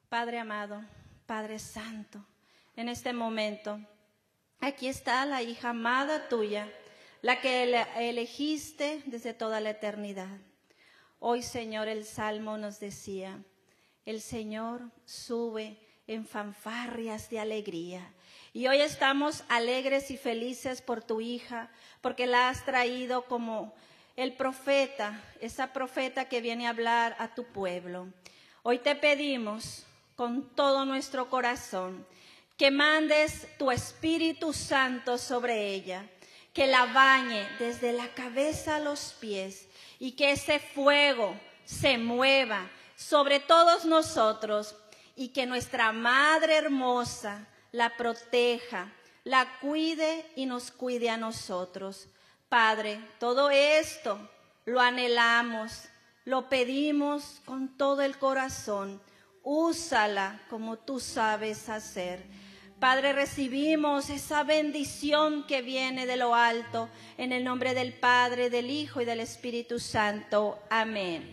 Padre amado, Padre Santo, en este momento, aquí está la hija amada tuya, la que elegiste desde toda la eternidad. Hoy, Señor, el Salmo nos decía, el Señor sube en fanfarrias de alegría. Y hoy estamos alegres y felices por tu hija, porque la has traído como el profeta, esa profeta que viene a hablar a tu pueblo. Hoy te pedimos con todo nuestro corazón que mandes tu Espíritu Santo sobre ella, que la bañe desde la cabeza a los pies y que ese fuego se mueva sobre todos nosotros y que nuestra Madre hermosa la proteja, la cuide y nos cuide a nosotros. Padre, todo esto lo anhelamos, lo pedimos con todo el corazón. Úsala como tú sabes hacer. Padre, recibimos esa bendición que viene de lo alto, en el nombre del Padre, del Hijo y del Espíritu Santo. Amén.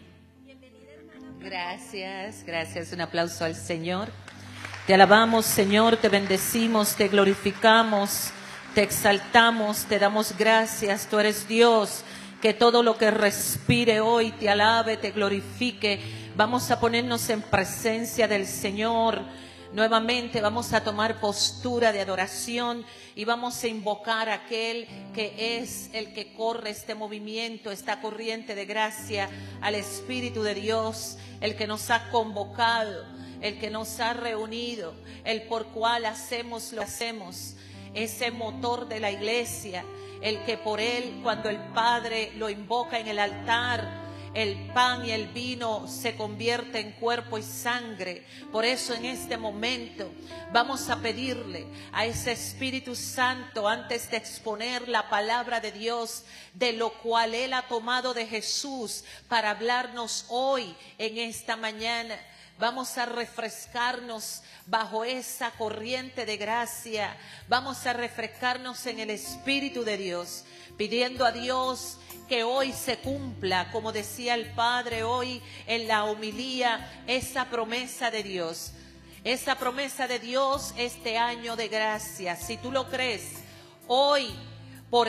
Gracias, gracias. Un aplauso al Señor. Te alabamos, Señor, te bendecimos, te glorificamos, te exaltamos, te damos gracias. Tú eres Dios, que todo lo que respire hoy te alabe, te glorifique. Vamos a ponernos en presencia del Señor. Nuevamente vamos a tomar postura de adoración y vamos a invocar a aquel que es el que corre este movimiento, esta corriente de gracia, al Espíritu de Dios, el que nos ha convocado, el que nos ha reunido, el por cual hacemos lo que hacemos, ese motor de la iglesia, el que por él, cuando el Padre lo invoca en el altar, el pan y el vino se convierten en cuerpo y sangre. Por eso en este momento vamos a pedirle a ese Espíritu Santo, antes de exponer la palabra de Dios, de lo cual Él ha tomado de Jesús para hablarnos hoy en esta mañana. Vamos a refrescarnos bajo esa corriente de gracia. Vamos a refrescarnos en el Espíritu de Dios, pidiendo a Dios que hoy se cumpla, como decía el Padre hoy en la homilía, esa promesa de Dios. Esa promesa de Dios este año de gracia. Si tú lo crees, hoy por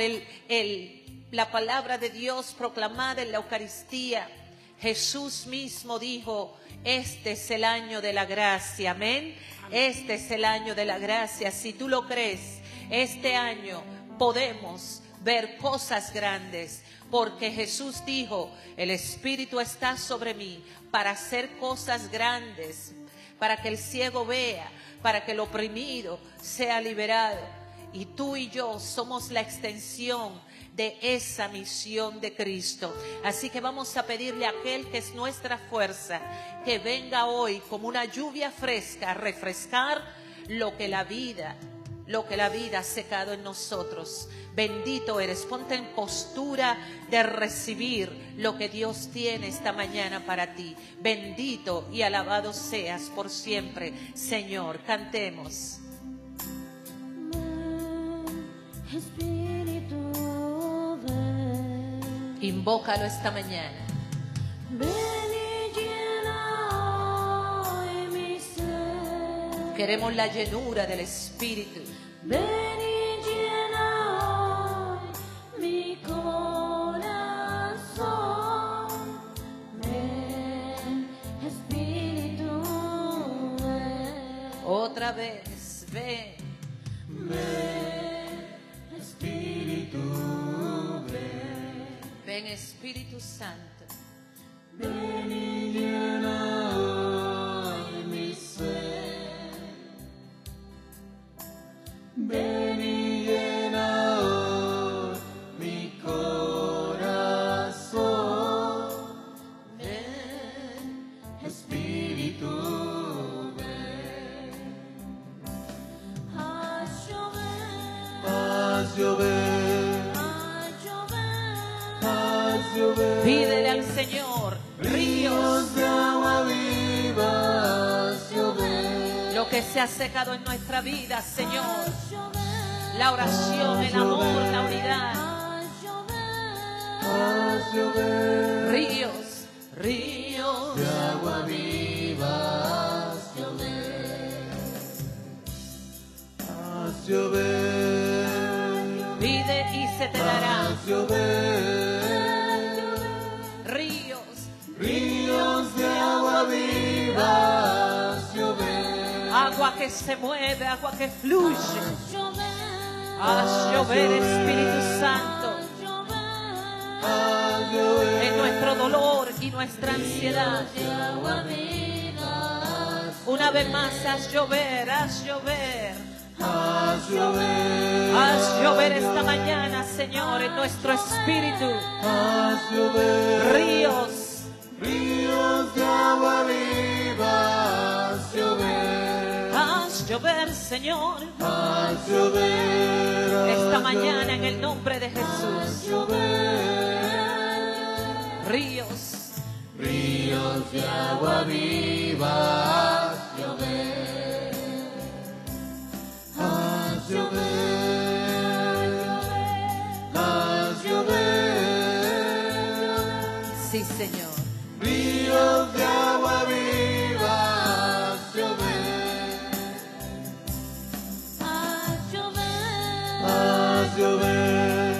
la palabra de Dios proclamada en la Eucaristía, Jesús mismo dijo, este es el año de la gracia, amén. Este es el año de la gracia. Si tú lo crees, este año podemos ver cosas grandes, porque Jesús dijo, el Espíritu está sobre mí para hacer cosas grandes, para que el ciego vea, para que el oprimido sea liberado. Y tú y yo somos la extensión de esa misión de Cristo. Así que vamos a pedirle a aquel que es nuestra fuerza, que venga hoy como una lluvia fresca a refrescar lo que la vida ha secado en nosotros. Bendito eres, ponte en postura de recibir lo que Dios tiene esta mañana para ti. Bendito y alabado seas por siempre, Señor. Cantemos. Espíritu, ven. Invócalo esta mañana. Ven y llena hoy mi ser. Queremos la llenura del Espíritu. Ven y llena hoy mi corazón. Ven, Espíritu, ven. Otra vez, ven. Ven, Espíritu, ven. Ven, Espíritu Santo. Ven y llena hoy mi ser. Ven y llena hoy mi corazón. Ven, Espíritu, ven. Haz llover, haz llover, haz llover, haz llover. Pídele al Señor ríos de agua viva, haz llover. lo que se ha secado en nuestra vida, Señor. La oración, el amor, la unidad. Ríos, ríos de agua viva, haz llover. llover, Pide y se te dará. haz llover, Ríos, ríos de agua viva, haz llover, agua que se mueve, agua que fluye. Haz Haz llover, llover. Espíritu Santo, haz llover, en nuestro dolor y nuestra ansiedad. Una vez más, haz llover, haz llover. haz llover, Haz llover esta mañana, Señor, en nuestro espíritu. haz llover, Ríos, ríos de agua viva, haz llover, haz llover, Señor, haz llover, esta haz mañana en el nombre de Jesús. llover, Ríos, ríos de agua viva, haz llover, haz llover, haz llover, sí, Señor. ríos de agua viva, haz llover, haz llover,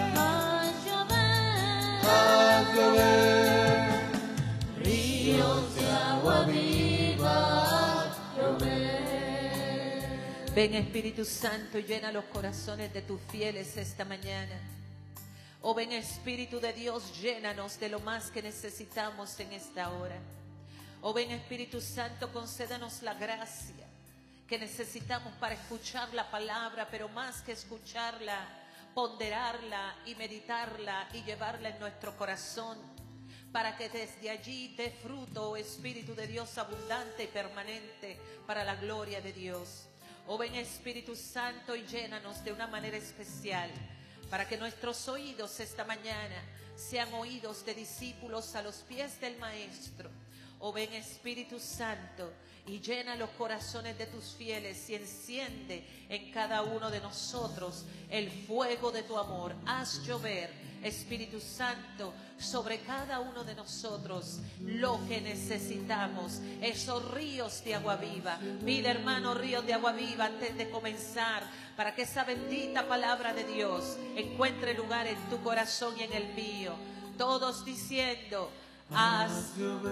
haz llover, ríos de agua viva, haz llover. Ven, Espíritu Santo, y llena los corazones de tus fieles esta mañana. Oh, ven, Espíritu de Dios, llénanos de lo más que necesitamos en esta hora. Oh, ven, Espíritu Santo, concédanos la gracia que necesitamos para escuchar la palabra, pero más que escucharla, ponderarla y meditarla y llevarla en nuestro corazón, para que desde allí dé fruto, oh Espíritu de Dios, abundante y permanente para la gloria de Dios. Oh, ven, Espíritu Santo, y llénanos de una manera especial, para que nuestros oídos esta mañana sean oídos de discípulos a los pies del Maestro. Oh, ven, Espíritu Santo, y llena los corazones de tus fieles y enciende en cada uno de nosotros el fuego de tu amor. Haz llover, Espíritu Santo, sobre cada uno de nosotros lo que necesitamos, esos ríos de agua viva. Pide, hermano, ríos de agua viva antes de comenzar, para que esa bendita palabra de Dios encuentre lugar en tu corazón y en el mío. Todos diciendo: haz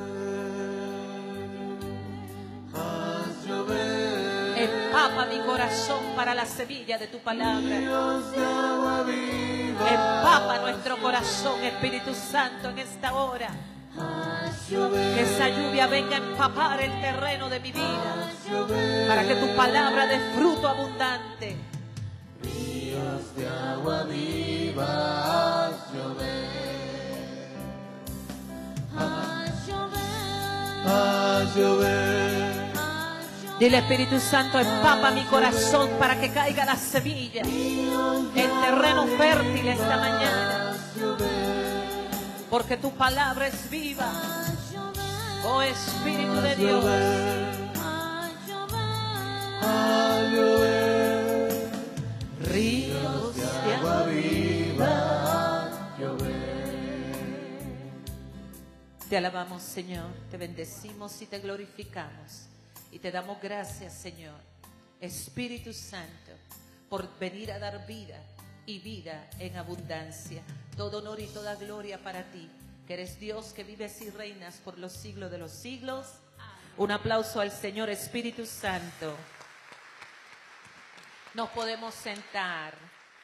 Haz llover, empapa mi corazón para la semilla de tu palabra. ríos de agua viva, Empapa nuestro corazón, Espíritu Santo, en esta hora. haz llover, Que esa lluvia venga a empapar el terreno de mi vida, haz llover, para que tu palabra dé fruto abundante. ríos de agua viva, haz llover, haz llover, Dile: Espíritu Santo, empapa mi corazón para que caiga la semilla en terreno fértil esta mañana, haz llover, porque tu palabra es viva. Oh Espíritu de haz Dios, llover, haz llover, ríos de agua agua. viva, haz llover. Te alabamos, Señor, te bendecimos y te glorificamos. Y te damos gracias, Señor, Espíritu Santo, por venir a dar vida y vida en abundancia. Todo honor y toda gloria para ti, que eres Dios, que vives y reinas por los siglos de los siglos. Un aplauso al Señor. Espíritu Santo. Nos podemos sentar.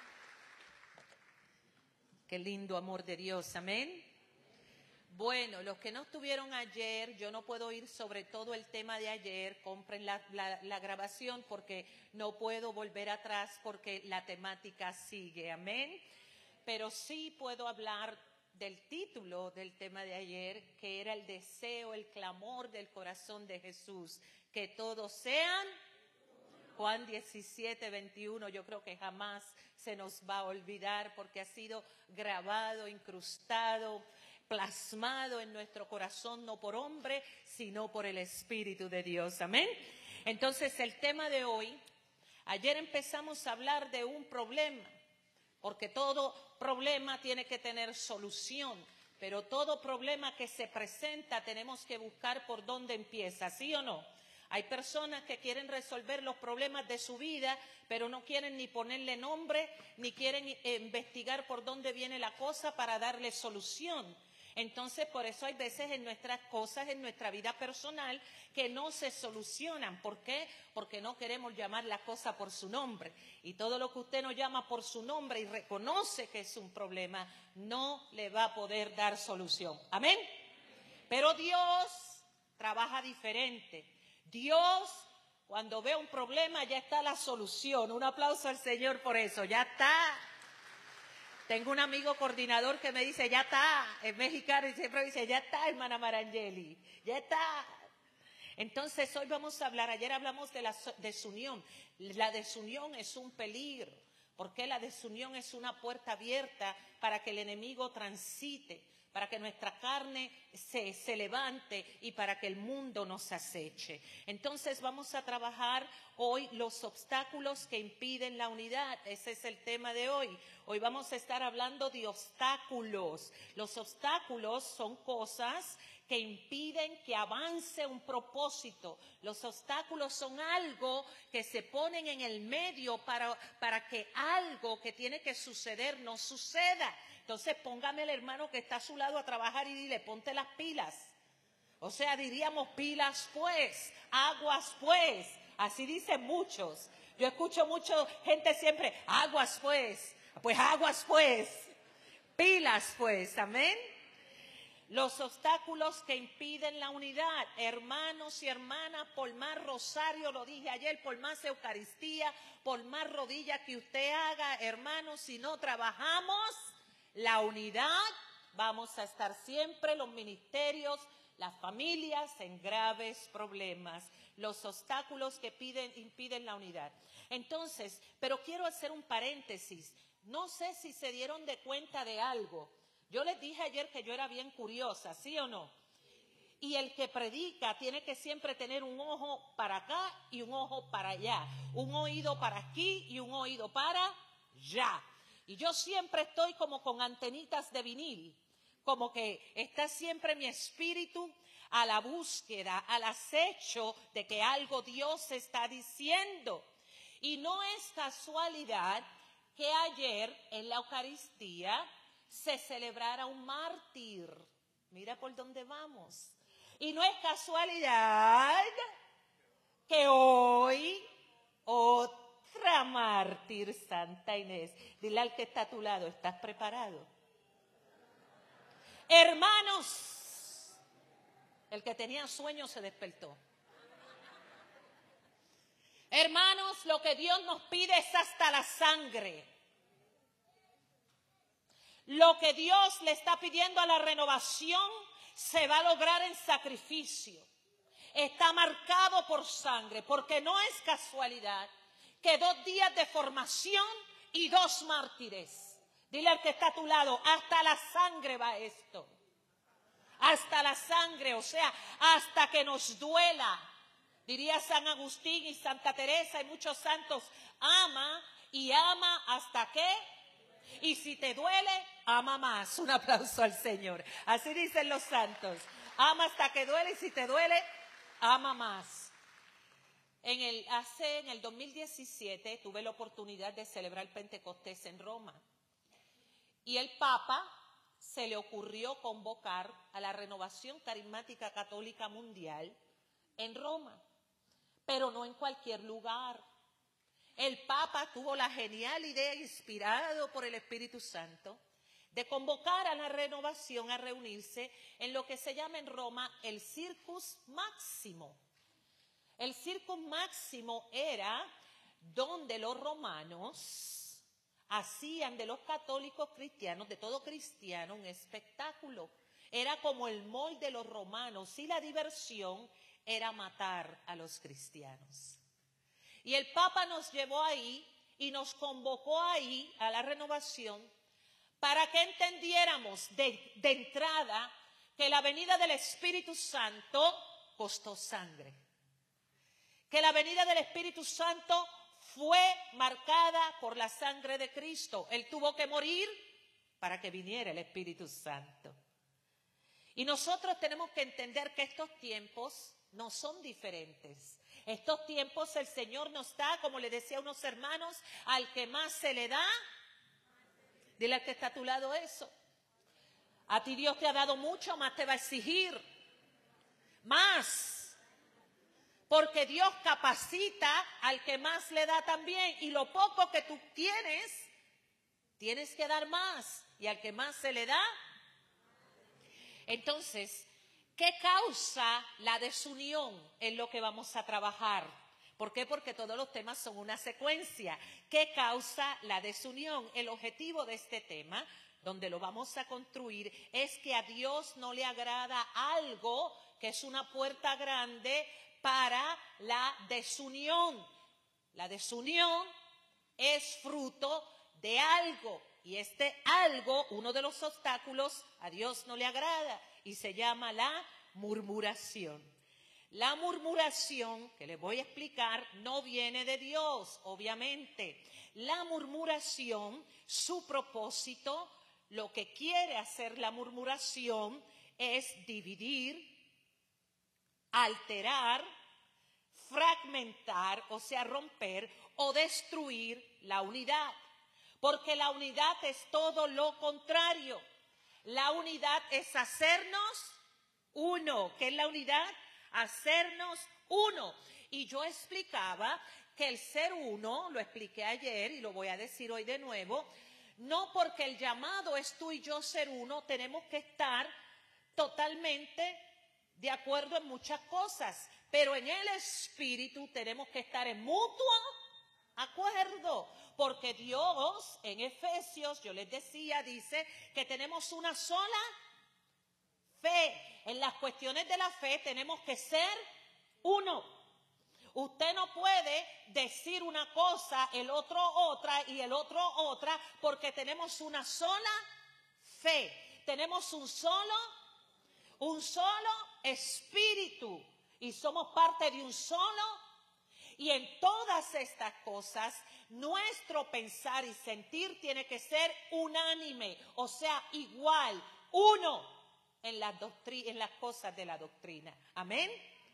Qué lindo amor de Dios, amén. Bueno, los que no estuvieron ayer, yo no puedo ir sobre todo el tema de ayer. Compren la grabación, porque no puedo volver atrás, porque la temática sigue, amén. Pero sí puedo hablar del título del tema de ayer, que era el deseo, el clamor del corazón de Jesús, que todos sean. Juan 17, 21, yo creo que jamás se nos va a olvidar, porque ha sido grabado, incrustado, plasmado en nuestro corazón, no por hombre, sino por el Espíritu de Dios. Amén. Entonces, el tema de hoy, ayer empezamos a hablar de un problema, porque todo problema tiene que tener solución, pero todo problema que se presenta tenemos que buscar por dónde empieza, ¿sí o no? Hay personas que quieren resolver los problemas de su vida, pero no quieren ni ponerle nombre, ni quieren investigar por dónde viene la cosa para darle solución. Entonces, por eso hay veces en nuestras cosas, en nuestra vida personal, que no se solucionan. ¿Por qué? Porque no queremos llamar la cosa por su nombre. Y todo lo que usted no llama por su nombre y reconoce que es un problema, no le va a poder dar solución. ¿Amén? Pero Dios trabaja diferente. Dios, cuando ve un problema, ya está la solución. Un aplauso al Señor por eso. Ya está. Tengo un amigo coordinador que me dice, ya está, es mexicano y siempre dice, ya está, hermana Marangeli, ya está. Entonces hoy vamos a hablar, ayer hablamos de la desunión. La desunión es un peligro, porque la desunión es una puerta abierta para que el enemigo transite, para que nuestra carne se levante y para que el mundo nos aceche. Entonces vamos a trabajar hoy los obstáculos que impiden la unidad. Ese es el tema de hoy. Hoy vamos a estar hablando de obstáculos. Los obstáculos son cosas que impiden que avance un propósito. Los obstáculos son algo que se ponen en el medio para que algo que tiene que suceder no suceda. Entonces póngame el hermano que está a su lado a trabajar y dile, ponte las pilas. O sea, diríamos pilas pues, aguas pues. Así dicen muchos. Yo escucho mucha gente siempre, aguas pues pilas pues, amén. Los obstáculos que impiden la unidad, hermanos y hermanas, por más rosario, lo dije ayer, por más Eucaristía, por más rodillas que usted haga, hermanos, si no trabajamos la unidad, vamos a estar siempre los ministerios, las familias en graves problemas, los obstáculos que impiden la unidad. Entonces, pero quiero hacer un paréntesis, no sé si se dieron de cuenta de algo. Yo les dije ayer que yo era bien curiosa, ¿sí o no? Y el que predica tiene que siempre tener un ojo para acá y un ojo para allá. Un oído para aquí y un oído para allá. Y yo siempre estoy como con antenitas de vinil. Como que está siempre mi espíritu a la búsqueda, al acecho de que algo Dios está diciendo. Y no es casualidad que ayer en la Eucaristía se celebrara un mártir. Mira por dónde vamos. Y no es casualidad que hoy otra mártir, Santa Inés. Dile al que está a tu lado, ¿estás preparado? Hermanos, el que tenía sueño se despertó. Hermanos, lo que Dios nos pide es hasta la sangre. Lo que Dios le está pidiendo a la renovación se va a lograr en sacrificio. Está marcado por sangre, porque no es casualidad que 2 días de formación y 2 mártires. Dile al que está a tu lado, hasta la sangre va esto. Hasta la sangre, o sea, hasta que nos duela. Diría San Agustín y Santa Teresa y muchos santos, ama y ama hasta que... Y si te duele, ama más. Un aplauso al Señor. Así dicen los santos. Ama hasta que duele y si te duele, ama más. En el 2017 tuve la oportunidad de celebrar el Pentecostés en Roma. Y el Papa se le ocurrió convocar a la Renovación Carismática Católica Mundial en Roma. Pero no en cualquier lugar. El Papa tuvo la genial idea, inspirado por el Espíritu Santo, de convocar a la renovación a reunirse en lo que se llama en Roma el Circus Máximo. El Circus Máximo era donde los romanos hacían de los católicos cristianos, de todo cristiano, un espectáculo. Era como el mall de los romanos y la diversión era matar a los cristianos. Y el Papa nos llevó ahí y nos convocó ahí a la renovación para que entendiéramos de entrada que la venida del Espíritu Santo costó sangre. Que la venida del Espíritu Santo fue marcada por la sangre de Cristo. Él tuvo que morir para que viniera el Espíritu Santo. Y nosotros tenemos que entender que estos tiempos no son diferentes. Estos tiempos el Señor nos da, como le decía a unos hermanos, al que más se le da. Dile al que está a tu lado eso. A ti Dios te ha dado mucho, más te va a exigir. Más. Porque Dios capacita al que más le da también. Y lo poco que tú tienes, tienes que dar más. Y al que más se le da. Entonces, ¿qué causa la desunión en lo que vamos a trabajar? ¿Por qué? Porque todos los temas son una secuencia. ¿Qué causa la desunión? El objetivo de este tema, donde lo vamos a construir, es que a Dios no le agrada algo que es una puerta grande para la desunión. La desunión es fruto de algo. Y este algo, uno de los obstáculos, a Dios no le agrada y se llama la murmuración. La murmuración, que les voy a explicar, no viene de Dios, obviamente. La murmuración, su propósito, lo que quiere hacer la murmuración es dividir, alterar, fragmentar, o sea, romper o destruir la unidad. Porque la unidad es todo lo contrario. La unidad es hacernos uno. ¿Qué es la unidad? Hacernos uno. Y yo explicaba que el ser uno, lo expliqué ayer y lo voy a decir hoy de nuevo, no porque el llamado es tú y yo ser uno, tenemos que estar totalmente de acuerdo en muchas cosas, pero en el espíritu tenemos que estar en mutuo acuerdo, porque Dios en Efesios, yo les decía, dice que tenemos una sola fe. En las cuestiones de la fe tenemos que ser uno. Usted no puede decir una cosa, el otro otra y el otro otra, porque tenemos una sola fe. Tenemos un solo espíritu y somos parte de un solo. Y en todas estas cosas, nuestro pensar y sentir tiene que ser unánime, o sea, igual, uno en las cosas de la doctrina. Amén.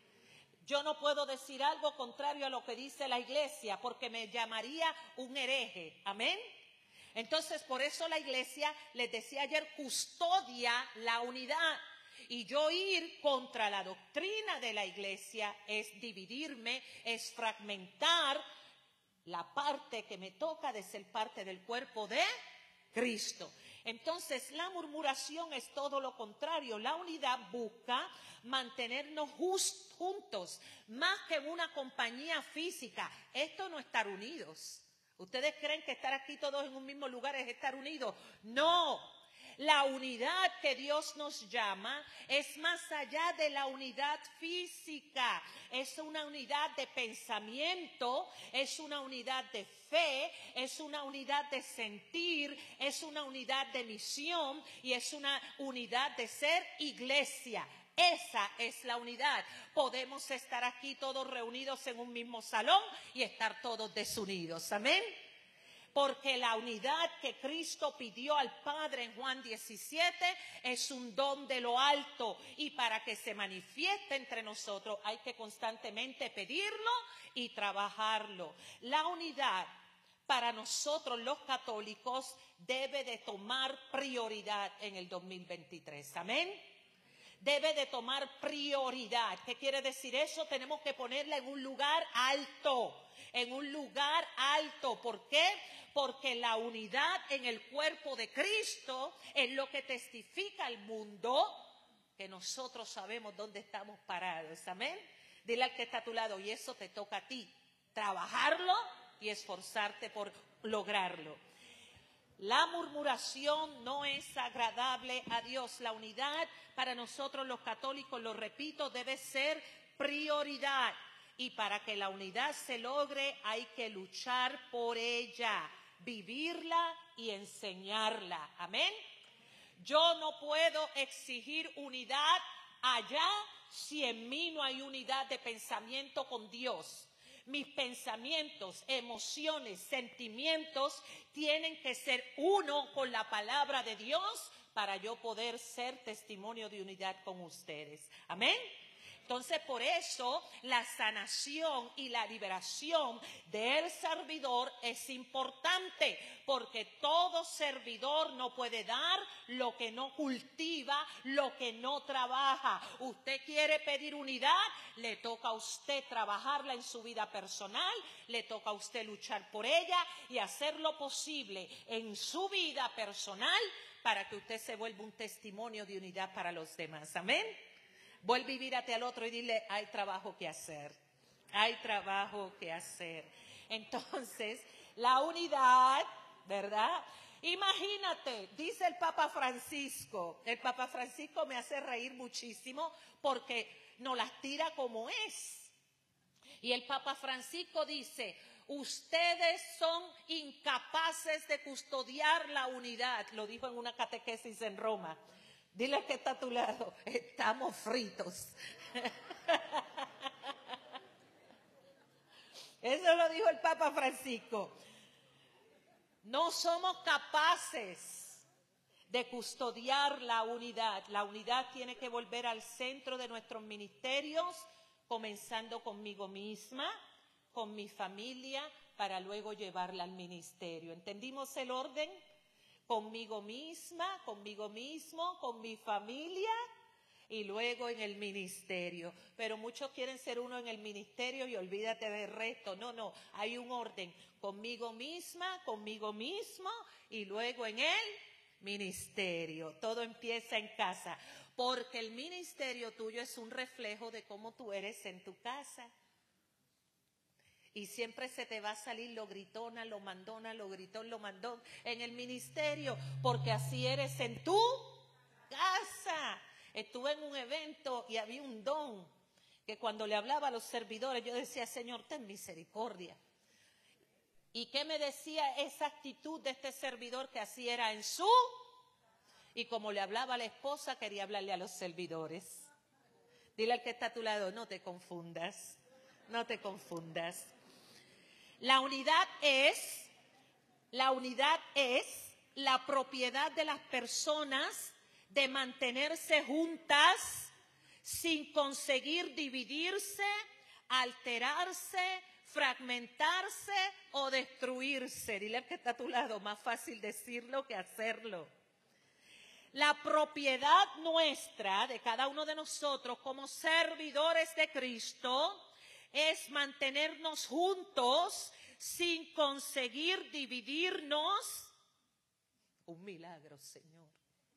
Yo no puedo decir algo contrario a lo que dice la iglesia, porque me llamaría un hereje. Amén. Entonces, por eso la iglesia, les decía ayer, custodia la unidad. Y yo ir contra la doctrina de la iglesia es dividirme, es fragmentar la parte que me toca de ser parte del cuerpo de Cristo. Entonces, la murmuración es todo lo contrario. La unidad busca mantenernos juntos, más que en una compañía física. Esto no es estar unidos. ¿Ustedes creen que estar aquí todos en un mismo lugar es estar unidos? No. La unidad que Dios nos llama es más allá de la unidad física. Es una unidad de pensamiento, es una unidad de fe, es una unidad de sentir, es una unidad de misión y es una unidad de ser iglesia. Esa es la unidad. Podemos estar aquí todos reunidos en un mismo salón y estar todos desunidos. Amén. Porque la unidad que Cristo pidió al Padre en Juan 17 es un don de lo alto. Y para que se manifieste entre nosotros hay que constantemente pedirlo y trabajarlo. La unidad para nosotros los católicos debe de tomar prioridad en el 2023. Amén. Debe de tomar prioridad. ¿Qué quiere decir eso? Tenemos que ponerla en un lugar alto. En un lugar alto. ¿Por qué? Porque la unidad en el cuerpo de Cristo es lo que testifica al mundo que nosotros sabemos dónde estamos parados. Amén. Dile al que está a tu lado, y eso te toca a ti. Trabajarlo y esforzarte por lograrlo. La murmuración no es agradable a Dios. La unidad para nosotros los católicos, lo repito, debe ser prioridad. Y para que la unidad se logre hay que luchar por ella, vivirla y enseñarla. Amén. Yo no puedo exigir unidad allá si en mí no hay unidad de pensamiento con Dios. Mis pensamientos, emociones, sentimientos tienen que ser uno con la palabra de Dios para yo poder ser testimonio de unidad con ustedes. Amén. Entonces, por eso la sanación y la liberación del servidor es importante, porque todo servidor no puede dar lo que no cultiva, lo que no trabaja. Usted quiere pedir unidad, le toca a usted trabajarla en su vida personal, le toca a usted luchar por ella y hacer lo posible en su vida personal para que usted se vuelva un testimonio de unidad para los demás. Amén. Vuelve y mírate al otro y dile, hay trabajo que hacer. Hay trabajo que hacer. Entonces, la unidad, ¿verdad? Imagínate, dice el Papa Francisco me hace reír muchísimo porque nos las tira como es. Y el Papa Francisco dice, ustedes son incapaces de custodiar la unidad. Lo dijo en una catequesis en Roma. Dile al que está a tu lado, estamos fritos. Eso lo dijo el Papa Francisco. No somos capaces de custodiar la unidad. La unidad tiene que volver al centro de nuestros ministerios, comenzando conmigo misma, con mi familia, para luego llevarla al ministerio. ¿Entendimos el orden? Conmigo misma, conmigo mismo, con mi familia y luego en el ministerio. Pero muchos quieren ser uno en el ministerio y olvídate del resto. No, hay un orden. Conmigo misma, conmigo mismo y luego en el ministerio. Todo empieza en casa, porque el ministerio tuyo es un reflejo de cómo tú eres en tu casa. Y siempre se te va a salir lo gritona, lo mandona, lo gritón, lo mandón en el ministerio, porque así eres en tu casa. Estuve en un evento y había un don que cuando le hablaba a los servidores yo decía, Señor, ten misericordia. ¿Y qué me decía esa actitud de este servidor que así era en su? Y como le hablaba a la esposa, quería hablarle a los servidores. Dile al que está a tu lado, no te confundas, no te confundas. La unidad es la propiedad de las personas de mantenerse juntas sin conseguir dividirse, alterarse, fragmentarse o destruirse. Dile al que está a tu lado, más fácil decirlo que hacerlo. La propiedad nuestra, de cada uno de nosotros como servidores de Cristo, es mantenernos juntos sin conseguir dividirnos. Un milagro, Señor.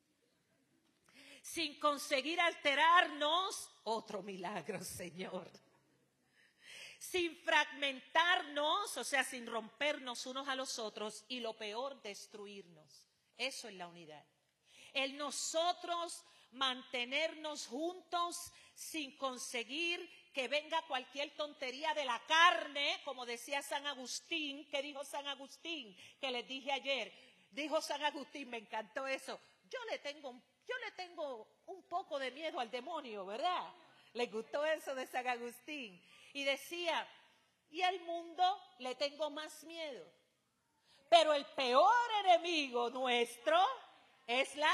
Sin conseguir alterarnos. Otro milagro, Señor. Sin fragmentarnos, o sea, sin rompernos unos a los otros y lo peor, destruirnos. Eso es la unidad. El nosotros mantenernos juntos sin conseguir que venga cualquier tontería de la carne, como decía San Agustín. ¿Qué dijo San Agustín? Que les dije ayer. Dijo San Agustín, me encantó eso. Yo le tengo un poco de miedo al demonio, ¿verdad? ¿Les gustó eso de San Agustín? Y decía, y al mundo le tengo más miedo. Pero el peor enemigo nuestro es la.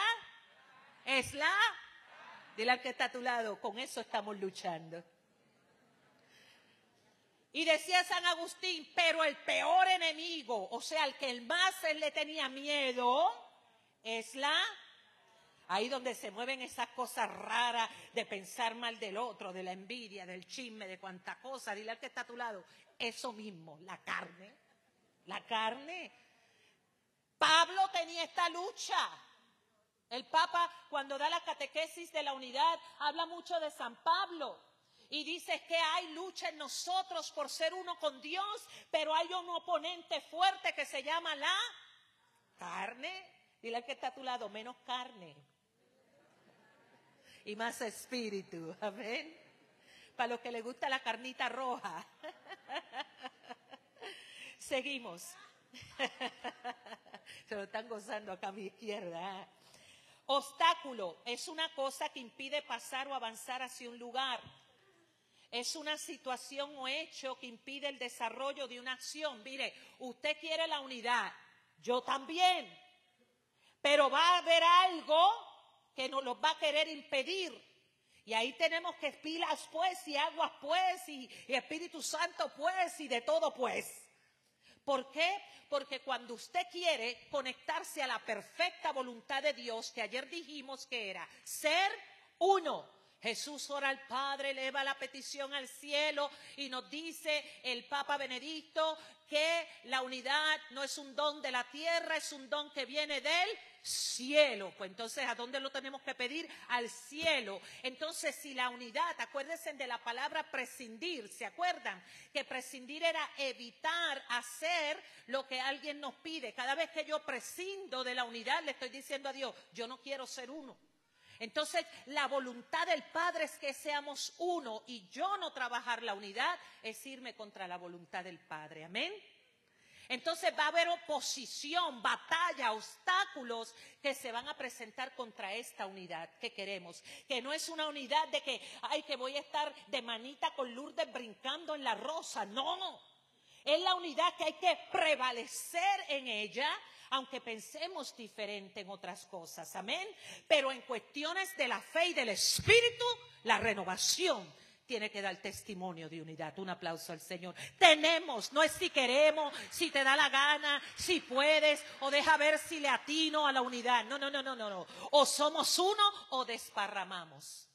Dile al que está a tu lado, con eso estamos luchando. Y decía San Agustín, pero el peor enemigo, o sea, el que el más él le tenía miedo, es la. Ahí donde se mueven esas cosas raras de pensar mal del otro, de la envidia, del chisme, de cuánta cosa. Dile al que está a tu lado, eso mismo, la carne. La carne. Pablo tenía esta lucha. El Papa, cuando da la catequesis de la unidad, habla mucho de San Pablo. Y dice que hay lucha en nosotros por ser uno con Dios, pero hay un oponente fuerte que se llama la carne. Dile al que está a tu lado, menos carne y más espíritu. Amén. Para los que les gusta la carnita roja. Seguimos. Se lo están gozando acá a mi izquierda. Obstáculo es una cosa que impide pasar o avanzar hacia un lugar. Es una situación o hecho que impide el desarrollo de una acción. Mire, usted quiere la unidad, yo también. Pero va a haber algo que nos lo va a querer impedir. Y ahí tenemos que pilas pues, y aguas pues, y Espíritu Santo pues, y de todo pues. ¿Por qué? Porque cuando usted quiere conectarse a la perfecta voluntad de Dios, que ayer dijimos que era ser uno. Jesús ora al Padre, eleva la petición al cielo y nos dice el Papa Benedicto que la unidad no es un don de la tierra, es un don que viene del cielo. Pues entonces, ¿a dónde lo tenemos que pedir? Al cielo. Entonces, si la unidad, acuérdense de la palabra prescindir, ¿se acuerdan? Que prescindir era evitar hacer lo que alguien nos pide. Cada vez que yo prescindo de la unidad, le estoy diciendo a Dios, yo no quiero ser uno. Entonces, la voluntad del Padre es que seamos uno y yo no trabajar la unidad es irme contra la voluntad del Padre. Amén. Entonces va a haber oposición, batalla, obstáculos que se van a presentar contra esta unidad que queremos. Que no es una unidad de que, ay, que voy a estar de manita con Lourdes brincando en la rosa. No, es la unidad que hay que prevalecer en ella, aunque pensemos diferente en otras cosas, amén. Pero en cuestiones de la fe y del Espíritu, la renovación tiene que dar testimonio de unidad. Un aplauso al Señor. Tenemos, no es si queremos, si te da la gana, si puedes, o deja ver si le atino a la unidad. No. O somos uno o desparramamos.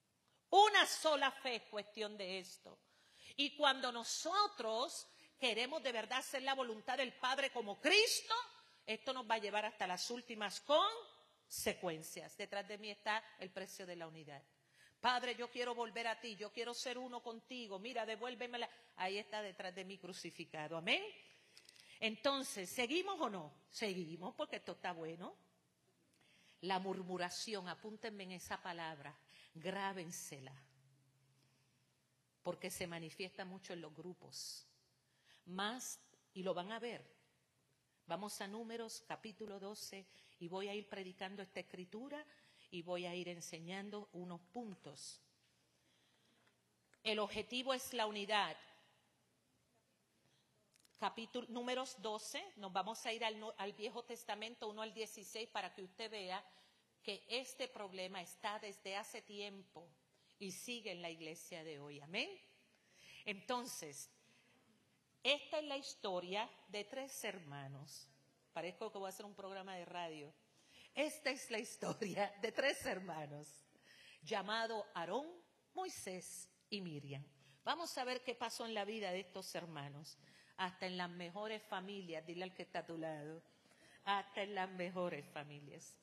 Una sola fe es cuestión de esto. Y cuando nosotros queremos de verdad hacer la voluntad del Padre como Cristo, esto nos va a llevar hasta las últimas consecuencias. Detrás de mí está el precio de la unidad. Padre, yo quiero volver a ti, yo quiero ser uno contigo. Mira, devuélvemela. Ahí está detrás de mí crucificado. Amén. Entonces, ¿seguimos o no? Seguimos porque esto está bueno. La murmuración, apúntenme en esa palabra, grábensela. Porque se manifiesta mucho en los grupos. Más, y lo van a ver. Vamos a Números, capítulo 12, y voy a ir predicando esta escritura y voy a ir enseñando unos puntos. El objetivo es la unidad. Números 12, nos vamos a ir al Viejo Testamento 1 al 16 para que usted vea que este problema está desde hace tiempo y sigue en la iglesia de hoy. Amén. Entonces, esta es la historia de 3 hermanos. Parezco que voy a hacer un programa de radio. Esta es la historia de 3 hermanos, llamado Aarón, Moisés y Miriam. Vamos a ver qué pasó en la vida de estos hermanos. Hasta en las mejores familias, dile al que está a tu lado, hasta en las mejores familias.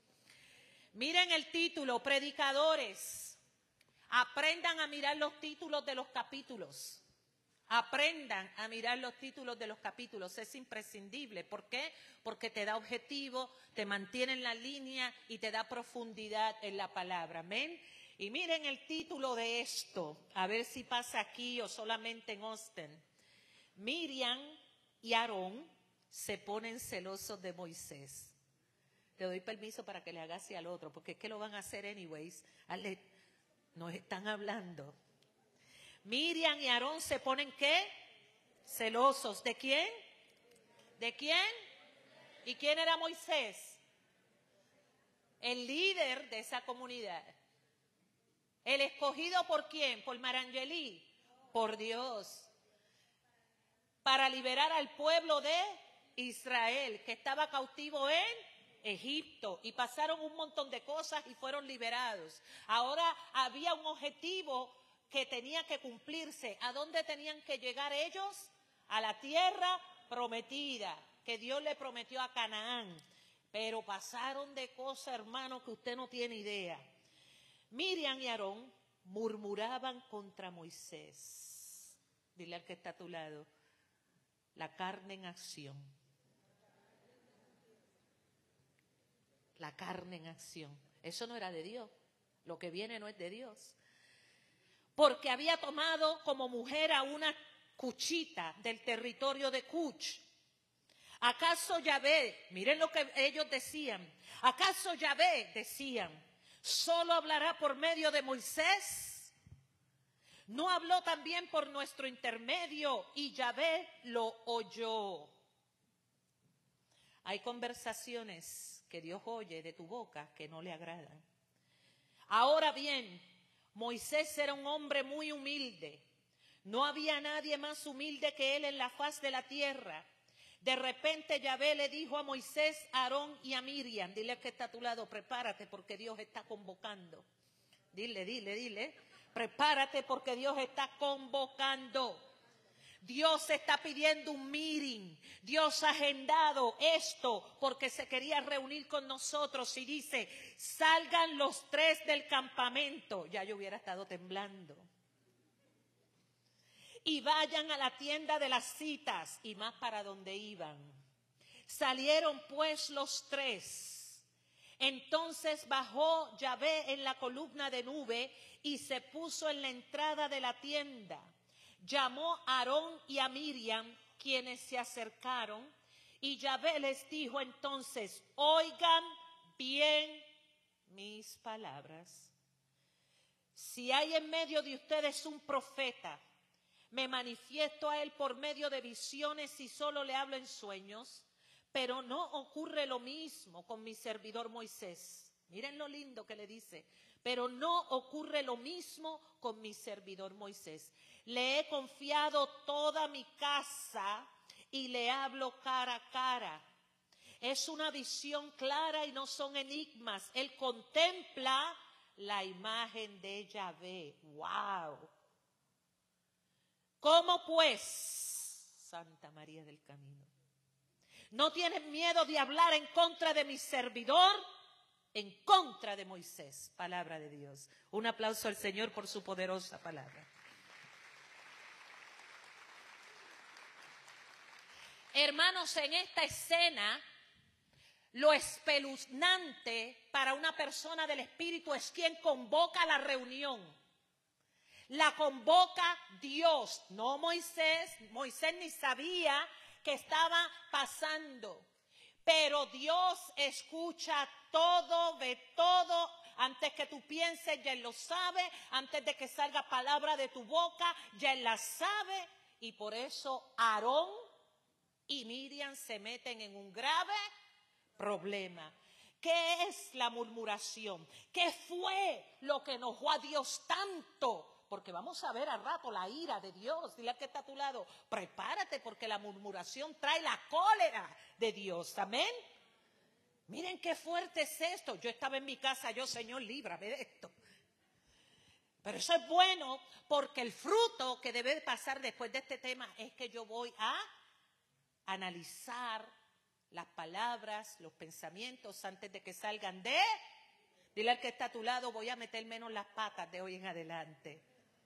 Miren el título, predicadores. Aprendan a mirar los títulos de los capítulos. Aprendan a mirar los títulos de los capítulos, es imprescindible. ¿Por qué? Porque te da objetivo, te mantiene en la línea y te da profundidad en la palabra. Amén. Y miren el título de esto, a ver si pasa aquí o solamente en Austin. Miriam y Aarón se ponen celosos de Moisés. Te doy permiso para que le hagas así al otro, porque es que lo van a hacer anyways. Nos están hablando. Miriam y Aarón se ponen ¿qué? Celosos. ¿De quién? ¿De quién? ¿Y quién era Moisés? El líder de esa comunidad. ¿El escogido por quién? ¿Por Marangelí? Por Dios. Para liberar al pueblo de Israel, que estaba cautivo en Egipto. Y pasaron un montón de cosas y fueron liberados. Ahora había un objetivo que tenía que cumplirse. ¿A dónde tenían que llegar ellos? A la tierra prometida, que Dios le prometió a Canaán. Pero pasaron de cosas, hermano, que usted no tiene idea. Miriam y Aarón murmuraban contra Moisés. Dile al que está a tu lado, la carne en acción. La carne en acción. Eso no era de Dios. Lo que viene no es de Dios. Porque había tomado como mujer a una cuchita del territorio de Cuch. ¿Acaso Yahvé, miren lo que ellos decían, acaso Yahvé, decían, solo hablará por medio de Moisés? ¿No habló también por nuestro intermedio y Yahvé lo oyó? Hay conversaciones que Dios oye de tu boca que no le agradan. Ahora bien, Moisés era un hombre muy humilde. No había nadie más humilde que él en la faz de la tierra. De repente Yahvé le dijo a Moisés, a Aarón y a Miriam, dile que está a tu lado, prepárate porque Dios está convocando. Dile, prepárate porque Dios está convocando. Dios está pidiendo un meeting. Dios ha agendado esto porque se quería reunir con nosotros y dice, salgan los 3 del campamento. Ya yo hubiera estado temblando. Y vayan a la tienda de las citas, y más para donde iban. Salieron pues los 3. Entonces bajó Yahvé en la columna de nube y se puso en la entrada de la tienda. Llamó a Aarón y a Miriam, quienes se acercaron, y Yahvé les dijo entonces, oigan bien mis palabras. Si hay en medio de ustedes un profeta, me manifiesto a él por medio de visiones y solo le hablo en sueños, pero no ocurre lo mismo con mi servidor Moisés. Miren lo lindo que le dice, pero no ocurre lo mismo con mi servidor Moisés. Le he confiado toda mi casa y le hablo cara a cara. Es una visión clara y no son enigmas. Él contempla la imagen de Yahvé. ¡Wow! ¿Cómo pues, Santa María del Camino? ¿No tienes miedo de hablar en contra de mi servidor? En contra de Moisés, palabra de Dios. Un aplauso al Señor por su poderosa palabra. Hermanos, en esta escena, lo espeluznante para una persona del Espíritu es quien convoca la reunión. La convoca Dios, no Moisés. Moisés ni sabía que estaba pasando. Pero Dios escucha todo, ve todo. Antes que tú pienses, ya Él lo sabe. Antes de que salga palabra de tu boca, ya Él la sabe. Y por eso Aarón y Miriam se meten en un grave problema. ¿Qué es la murmuración? ¿Qué fue lo que enojó a Dios tanto? Porque vamos a ver al rato la ira de Dios. Dile al que está a tu lado, prepárate porque la murmuración trae la cólera de Dios. Amén. Miren qué fuerte es esto. Yo estaba en mi casa, yo, Señor, líbrame de esto. Pero eso es bueno porque el fruto que debe pasar después de este tema es que yo voy a analizar las palabras, los pensamientos antes de que salgan de... Dile al que está a tu lado, voy a meter menos las patas de hoy en adelante.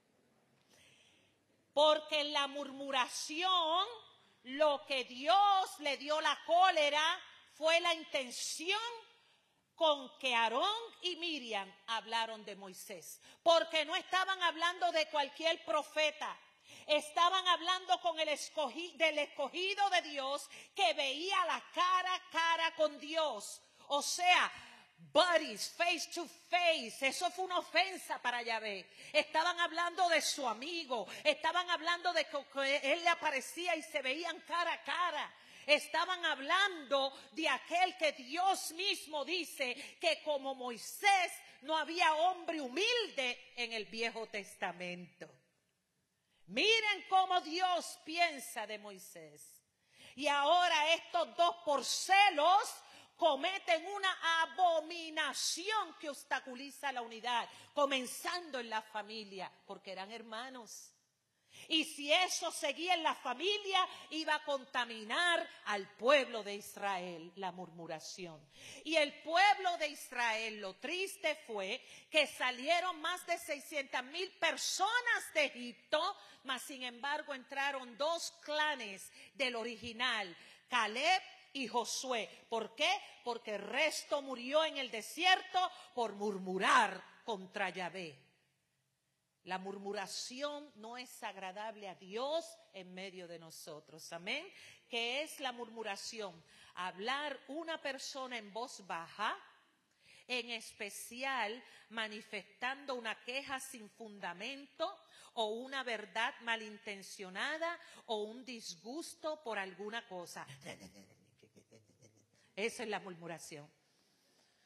Porque en la murmuración, lo que Dios le dio la cólera fue la intención con que Aarón y Miriam hablaron de Moisés. Porque no estaban hablando de cualquier profeta. Estaban hablando con del escogido de Dios que veía la cara a cara con Dios. O sea, buddies, face to face. Eso fue una ofensa para Yahvé. Estaban hablando de su amigo. Estaban hablando de que él le aparecía y se veían cara a cara. Estaban hablando de aquel que Dios mismo dice que como Moisés no había hombre humilde en el Viejo Testamento. Miren cómo Dios piensa de Moisés. Y ahora estos dos por celos cometen una abominación que obstaculiza la unidad, comenzando en la familia, porque eran hermanos. Y si eso seguía en la familia, iba a contaminar al pueblo de Israel, la murmuración. Y el pueblo de Israel, lo triste fue que salieron más de 600,000 personas de Egipto, mas sin embargo entraron 2 clanes del original, Caleb y Josué. ¿Por qué? Porque el resto murió en el desierto por murmurar contra Yahvé. La murmuración no es agradable a Dios en medio de nosotros. Amén. ¿Qué es la murmuración? Hablar una persona en voz baja, en especial manifestando una queja sin fundamento o una verdad malintencionada o un disgusto por alguna cosa. Esa es la murmuración.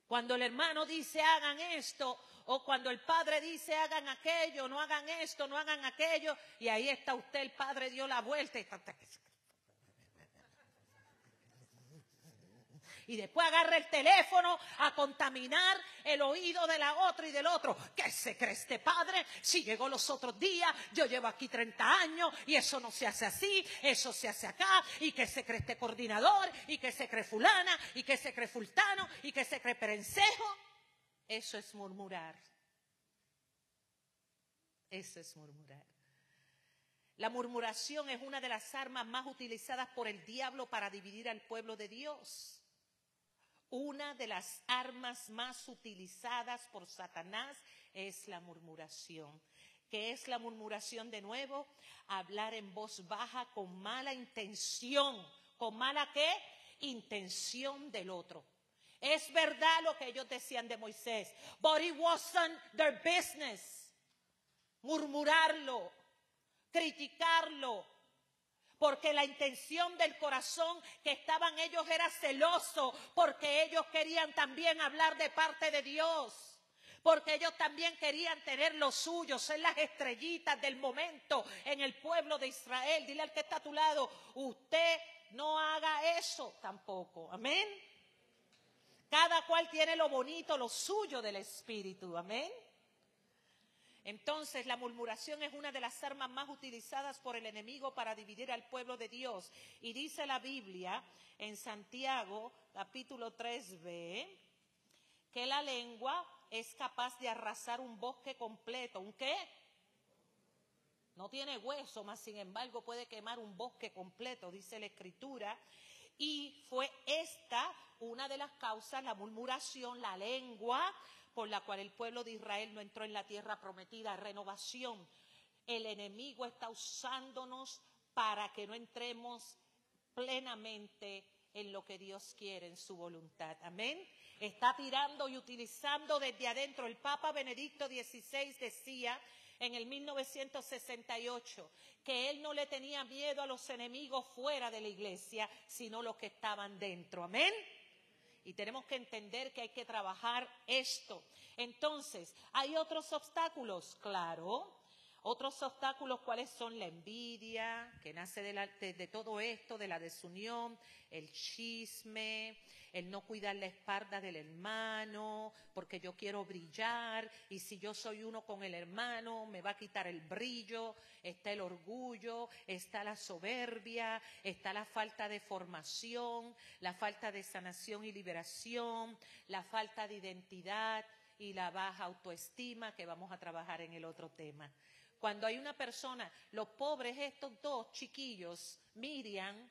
Cuando el hermano dice hagan esto, o cuando el padre dice hagan aquello, no hagan esto, no hagan aquello, y ahí está usted, el padre dio la vuelta y después agarra el teléfono a contaminar el oído de la otra y del otro. ¿Qué se cree este padre? Si llegó los otros días, yo llevo aquí 30 años y eso no se hace así, eso se hace acá, y que se cree este coordinador, y que se cree fulana, y que se cree fultano, y que se cree perencejo. Eso es murmurar. Eso es murmurar. La murmuración es una de las armas más utilizadas por el diablo para dividir al pueblo de Dios. Una de las armas más utilizadas por Satanás es la murmuración. ¿Qué es la murmuración de nuevo? Hablar en voz baja con mala intención. ¿Con mala qué? Intención del otro. Es verdad lo que ellos decían de Moisés. But it wasn't their business. Murmurarlo, criticarlo. Porque la intención del corazón que estaban ellos era celoso, porque ellos querían también hablar de parte de Dios, porque ellos también querían tener lo suyo, ser las estrellitas del momento en el pueblo de Israel. Dile al que está a tu lado, usted no haga eso tampoco, amén. Cada cual tiene lo bonito, lo suyo del Espíritu, amén. Entonces, la murmuración es una de las armas más utilizadas por el enemigo para dividir al pueblo de Dios. Y dice la Biblia en Santiago, capítulo 3b, que la lengua es capaz de arrasar un bosque completo. ¿Un qué? No tiene hueso, mas sin embargo puede quemar un bosque completo, dice la Escritura. Y fue esta una de las causas, la murmuración, la lengua, por la cual el pueblo de Israel no entró en la tierra prometida, renovación. El enemigo está usándonos para que no entremos plenamente en lo que Dios quiere, en su voluntad. Amén. Está tirando y utilizando desde adentro. El Papa Benedicto XVI decía en el 1968 que él no le tenía miedo a los enemigos fuera de la iglesia, sino los que estaban dentro. Amén. Y tenemos que entender que hay que trabajar esto. Entonces, ¿hay otros obstáculos? Claro. Otros obstáculos, ¿cuáles son? La envidia, que nace de todo esto, de la desunión, el chisme, el no cuidar la espalda del hermano, porque yo quiero brillar, y si yo soy uno con el hermano, me va a quitar el brillo. Está el orgullo, está la soberbia, está la falta de formación, la falta de sanación y liberación, la falta de identidad y la baja autoestima, que vamos a trabajar en el otro tema. Cuando hay una persona, los pobres, estos dos chiquillos, Miriam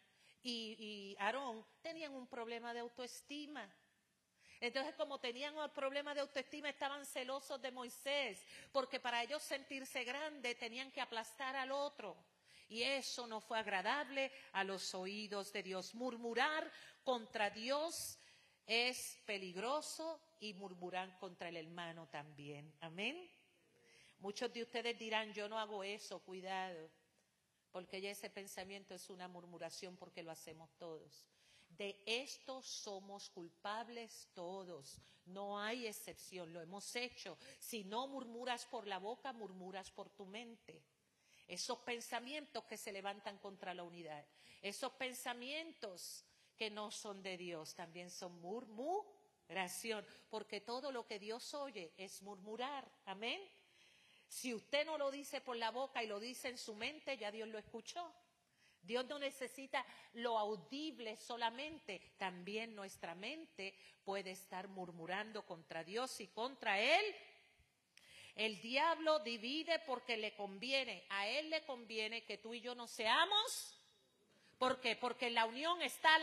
y Aarón, tenían un problema de autoestima. Entonces, como tenían el problema de autoestima, estaban celosos de Moisés, porque para ellos sentirse grandes tenían que aplastar al otro. Y eso no fue agradable a los oídos de Dios. Murmurar contra Dios es peligroso, y murmurar contra el hermano también. Amén. Muchos de ustedes dirán, yo no hago eso, cuidado, porque ya ese pensamiento es una murmuración, porque lo hacemos todos. De esto somos culpables todos, no hay excepción, lo hemos hecho. Si no murmuras por la boca, murmuras por tu mente. Esos pensamientos que se levantan contra la unidad, esos pensamientos que no son de Dios, también son murmuración, porque todo lo que Dios oye es murmurar. Amén. Si usted no lo dice por la boca y lo dice en su mente, ya Dios lo escuchó. Dios no necesita lo audible solamente, también nuestra mente puede estar murmurando contra Dios y contra Él. El diablo divide porque le conviene, a él le conviene que tú y yo no seamos. ¿Por qué? Porque en la unión está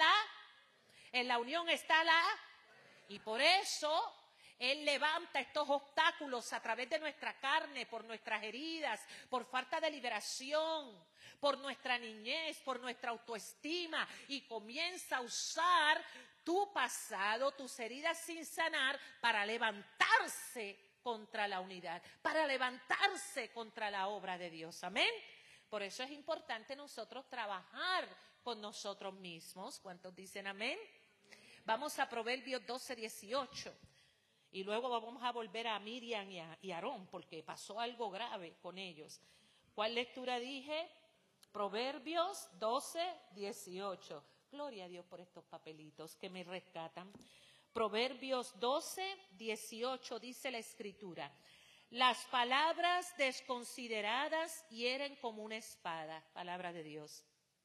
y por eso Él levanta estos obstáculos a través de nuestra carne, por nuestras heridas, por falta de liberación, por nuestra niñez, por nuestra autoestima, y comienza a usar tu pasado, tus heridas sin sanar, para levantarse contra la unidad, para levantarse contra la obra de Dios. Amén. Por eso es importante nosotros trabajar con nosotros mismos. ¿Cuántos dicen amén? Vamos a Proverbios 12:18. Y luego vamos a volver a Miriam y a Aarón, porque pasó algo grave con ellos. ¿Cuál lectura dije? Proverbios 12, 18. Gloria a Dios por estos papelitos que me rescatan. Proverbios 12, 18 dice la Escritura: las palabras desconsideradas hieren como una espada. Palabra de Dios.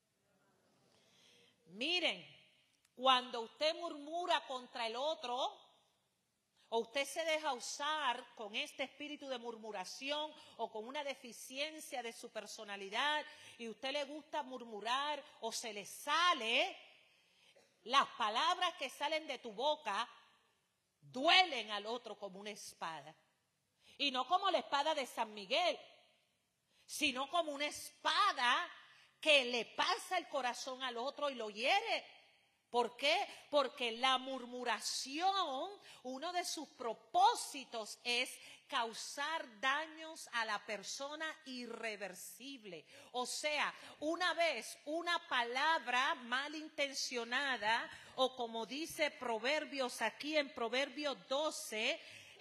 Miren, cuando usted murmura contra el otro, o usted se deja usar con este espíritu de murmuración o con una deficiencia de su personalidad y usted le gusta murmurar o se le sale, las palabras que salen de tu boca duelen al otro como una espada. Y no como la espada de San Miguel, sino como una espada que le pasa el corazón al otro y lo hiere. ¿Por qué? Porque la murmuración, uno de sus propósitos es causar daños a la persona irreversible. O sea, una vez una palabra malintencionada, o como dice Proverbios aquí en Proverbios 12,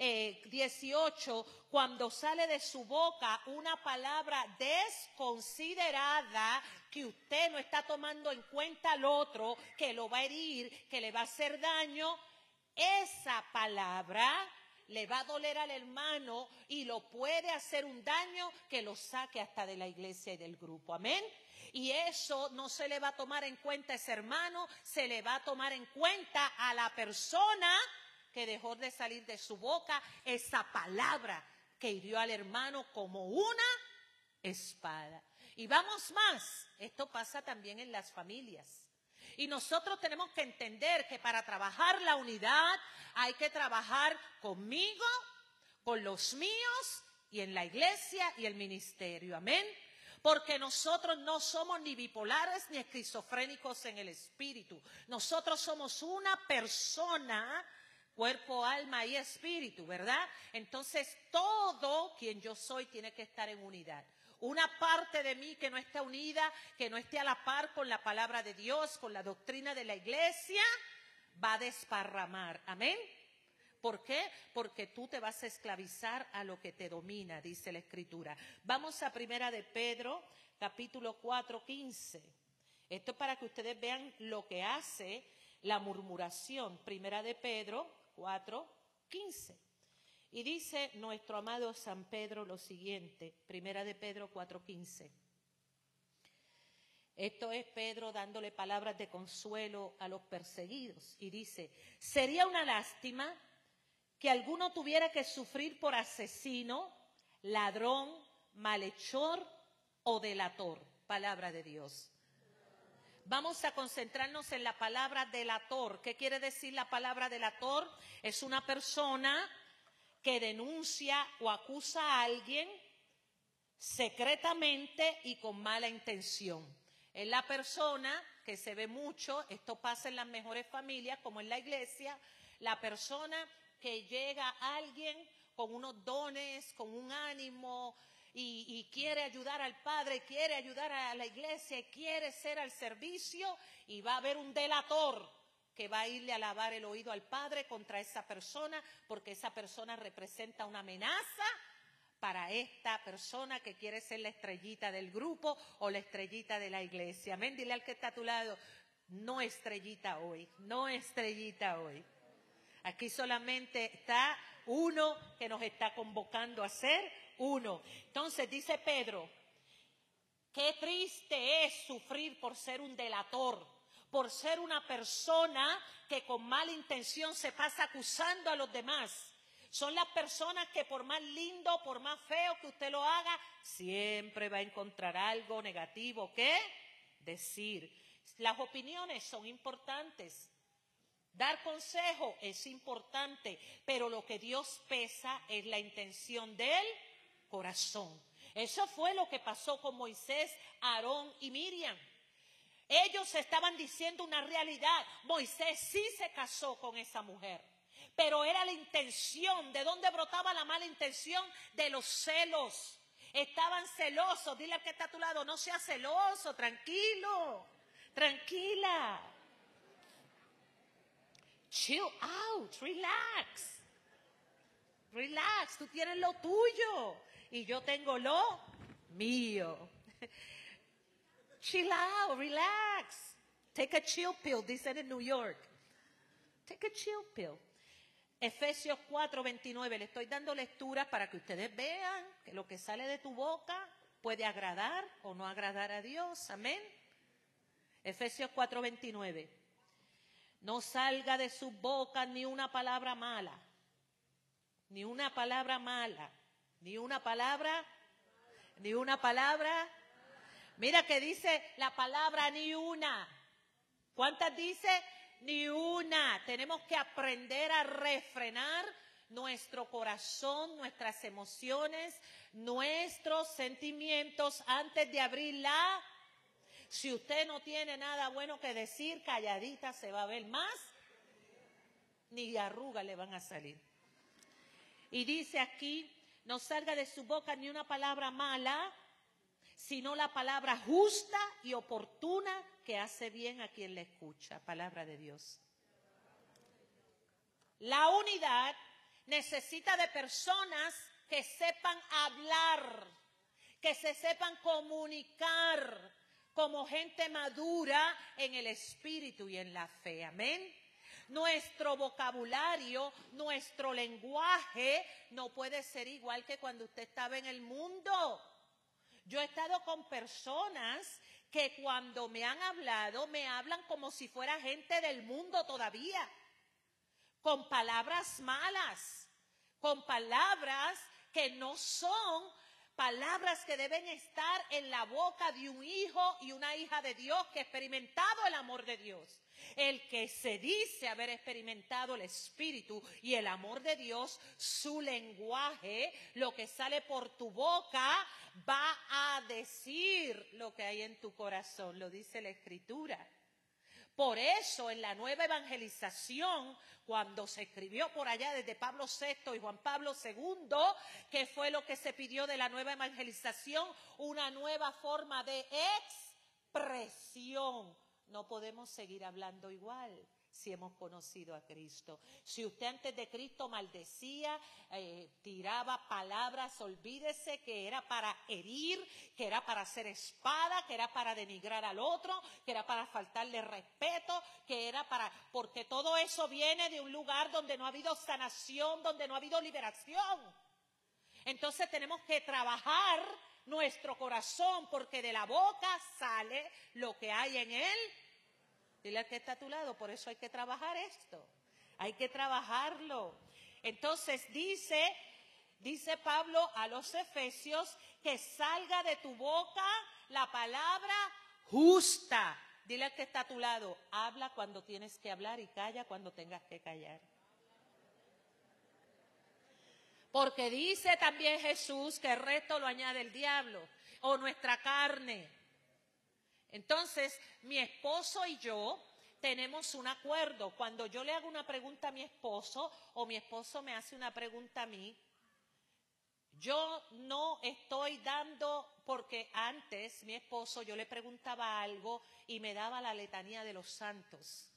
18, cuando sale de su boca una palabra desconsiderada, que usted no está tomando en cuenta al otro, que lo va a herir, que le va a hacer daño, esa palabra le va a doler al hermano y lo puede hacer un daño que lo saque hasta de la iglesia y del grupo. Amén. Y eso no se le va a tomar en cuenta a ese hermano, se le va a tomar en cuenta a la persona que dejó de salir de su boca esa palabra que hirió al hermano como una espada. Y vamos más, esto pasa también en las familias. Y nosotros tenemos que entender que para trabajar la unidad hay que trabajar conmigo, con los míos y en la iglesia y el ministerio. Amén. Porque nosotros no somos ni bipolares ni esquizofrénicos en el espíritu. Nosotros somos una persona, cuerpo, alma y espíritu, ¿verdad? Entonces todo quien yo soy tiene que estar en unidad. Una parte de mí que no esté unida, que no esté a la par con la palabra de Dios, con la doctrina de la iglesia, va a desparramar. Amén. ¿Por qué? Porque tú te vas a esclavizar a lo que te domina, dice la Escritura. Vamos a Primera de Pedro, capítulo 4, 15. Esto es para que ustedes vean lo que hace la murmuración. Primera de Pedro 4, 15. Y dice nuestro amado San Pedro lo siguiente, Primera de Pedro 4:15. Esto es Pedro dándole palabras de consuelo a los perseguidos. Y dice, sería una lástima que alguno tuviera que sufrir por asesino, ladrón, malhechor o delator. Palabra de Dios. Vamos a concentrarnos en la palabra delator. ¿Qué quiere decir la palabra delator? Es una persona que denuncia o acusa a alguien secretamente y con mala intención. Es la persona que se ve mucho, esto pasa en las mejores familias como en la iglesia, la persona que llega a alguien con unos dones, con un ánimo y quiere ayudar al Padre, quiere ayudar a la iglesia, quiere ser al servicio y va a haber un delator que va a irle a lavar el oído al Padre contra esa persona, porque esa persona representa una amenaza para esta persona que quiere ser la estrellita del grupo o la estrellita de la iglesia. Amén. Dile al que está a tu lado, no estrellita hoy, no estrellita hoy. Aquí solamente está uno que nos está convocando a ser uno. Entonces dice Pedro, qué triste es sufrir por ser un delator, por ser una persona que con mala intención se pasa acusando a los demás. Son las personas que por más lindo, por más feo que usted lo haga, siempre va a encontrar algo negativo que decir. Las opiniones son importantes. Dar consejo es importante, pero lo que Dios pesa es la intención del corazón. Eso fue lo que pasó con Moisés, Aarón y Miriam. Ellos estaban diciendo una realidad. Moisés sí se casó con esa mujer, pero era la intención. ¿De dónde brotaba la mala intención? De los celos. Estaban celosos. Dile al que está a tu lado, no seas celoso, tranquilo, tranquila. Chill out, relax. Relax, tú tienes lo tuyo y yo tengo lo mío. Chill out, relax. Take a chill pill, dicen en New York. Take a chill pill. Efesios 4:29, le estoy dando lecturas para que ustedes vean que lo que sale de tu boca puede agradar o no agradar a Dios. Amén. Efesios 4:29. No salga de su boca ni una palabra mala. Ni una palabra mala. Ni una palabra. Ni una palabra. Mira que dice la palabra ni una. ¿Cuántas dice? Ni una. Tenemos que aprender a refrenar nuestro corazón, nuestras emociones, nuestros sentimientos antes de abrirla. Si usted no tiene nada bueno que decir, calladita se va a ver más, ni arrugas le van a salir. Y dice aquí, no salga de su boca ni una palabra mala, sino la palabra justa y oportuna que hace bien a quien le escucha. Palabra de Dios. La unidad necesita de personas que sepan hablar, que se sepan comunicar como gente madura en el espíritu y en la fe. Amén. Nuestro vocabulario, nuestro lenguaje no puede ser igual que cuando usted estaba en el mundo. Yo he estado con personas que cuando me han hablado, me hablan como si fuera gente del mundo todavía, con palabras malas, con palabras que no son palabras que deben estar en la boca de un hijo y una hija de Dios que ha experimentado el amor de Dios. El que se dice haber experimentado el Espíritu y el amor de Dios, su lenguaje, lo que sale por tu boca, va a decir lo que hay en tu corazón, lo dice la Escritura. Por eso en la nueva evangelización, cuando se escribió por allá desde Pablo VI y Juan Pablo II, que fue lo que se pidió de la nueva evangelización, una nueva forma de expresión. No podemos seguir hablando igual si hemos conocido a Cristo. Si usted antes de Cristo maldecía, tiraba palabras, olvídese que era para herir, que era para hacer espada, que era para denigrar al otro, que era para faltarle respeto, que era para... Porque todo eso viene de un lugar donde no ha habido sanación, donde no ha habido liberación. Entonces tenemos que trabajar nuestro corazón, porque de la boca sale lo que hay en él. Dile al que está a tu lado, por eso hay que trabajar esto. Hay que trabajarlo. Entonces dice Pablo a los Efesios que salga de tu boca la palabra justa. Dile al que está a tu lado, habla cuando tienes que hablar y calla cuando tengas que callar. Porque dice también Jesús que el resto lo añade el diablo o nuestra carne. Entonces, mi esposo y yo tenemos un acuerdo. Cuando yo le hago una pregunta a mi esposo o mi esposo me hace una pregunta a mí, yo no estoy dando, porque antes mi esposo yo le preguntaba algo y me daba la letanía de los santos.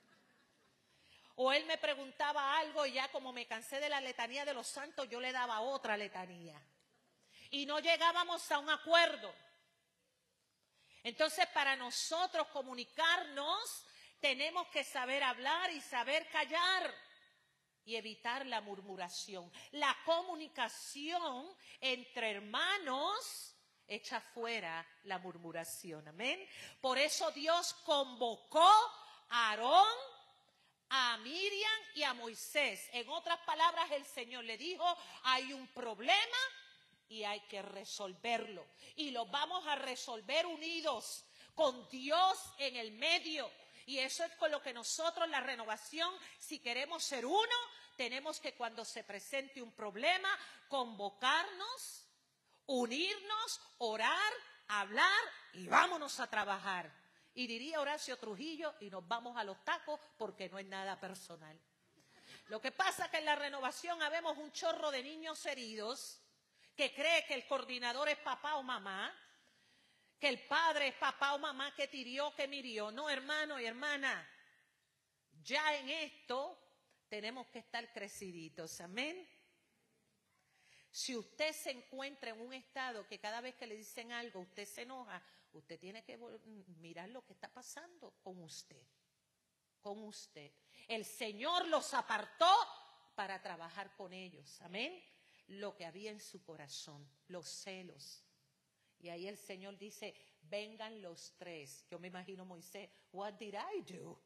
O él me preguntaba algo y ya como me cansé de la letanía de los santos, yo le daba otra letanía. Y no llegábamos a un acuerdo. Entonces, para nosotros comunicarnos, tenemos que saber hablar y saber callar y evitar la murmuración. La comunicación entre hermanos echa fuera la murmuración. Amén. Por eso Dios convocó a Aarón, a Miriam y a Moisés. En otras palabras, el Señor le dijo, hay un problema y hay que resolverlo. Y lo vamos a resolver unidos, con Dios en el medio. Y eso es con lo que nosotros, la renovación, si queremos ser uno, tenemos que cuando se presente un problema, convocarnos, unirnos, orar, hablar y vámonos a trabajar. Y diría Horacio Trujillo, y nos vamos a los tacos porque no es nada personal. Lo que pasa es que en la renovación habemos un chorro de niños heridos que cree que el coordinador es papá o mamá, que el padre es papá o mamá que tirió, que mirió. No, hermano y hermana, ya en esto tenemos que estar creciditos, amén. Si usted se encuentra en un estado que cada vez que le dicen algo usted se enoja, usted tiene que mirar lo que está pasando con usted. Con usted. El Señor los apartó para trabajar con ellos. Amén. Lo que había en su corazón, los celos. Y ahí el Señor dice, vengan los tres. Yo me imagino Moisés, what did I do?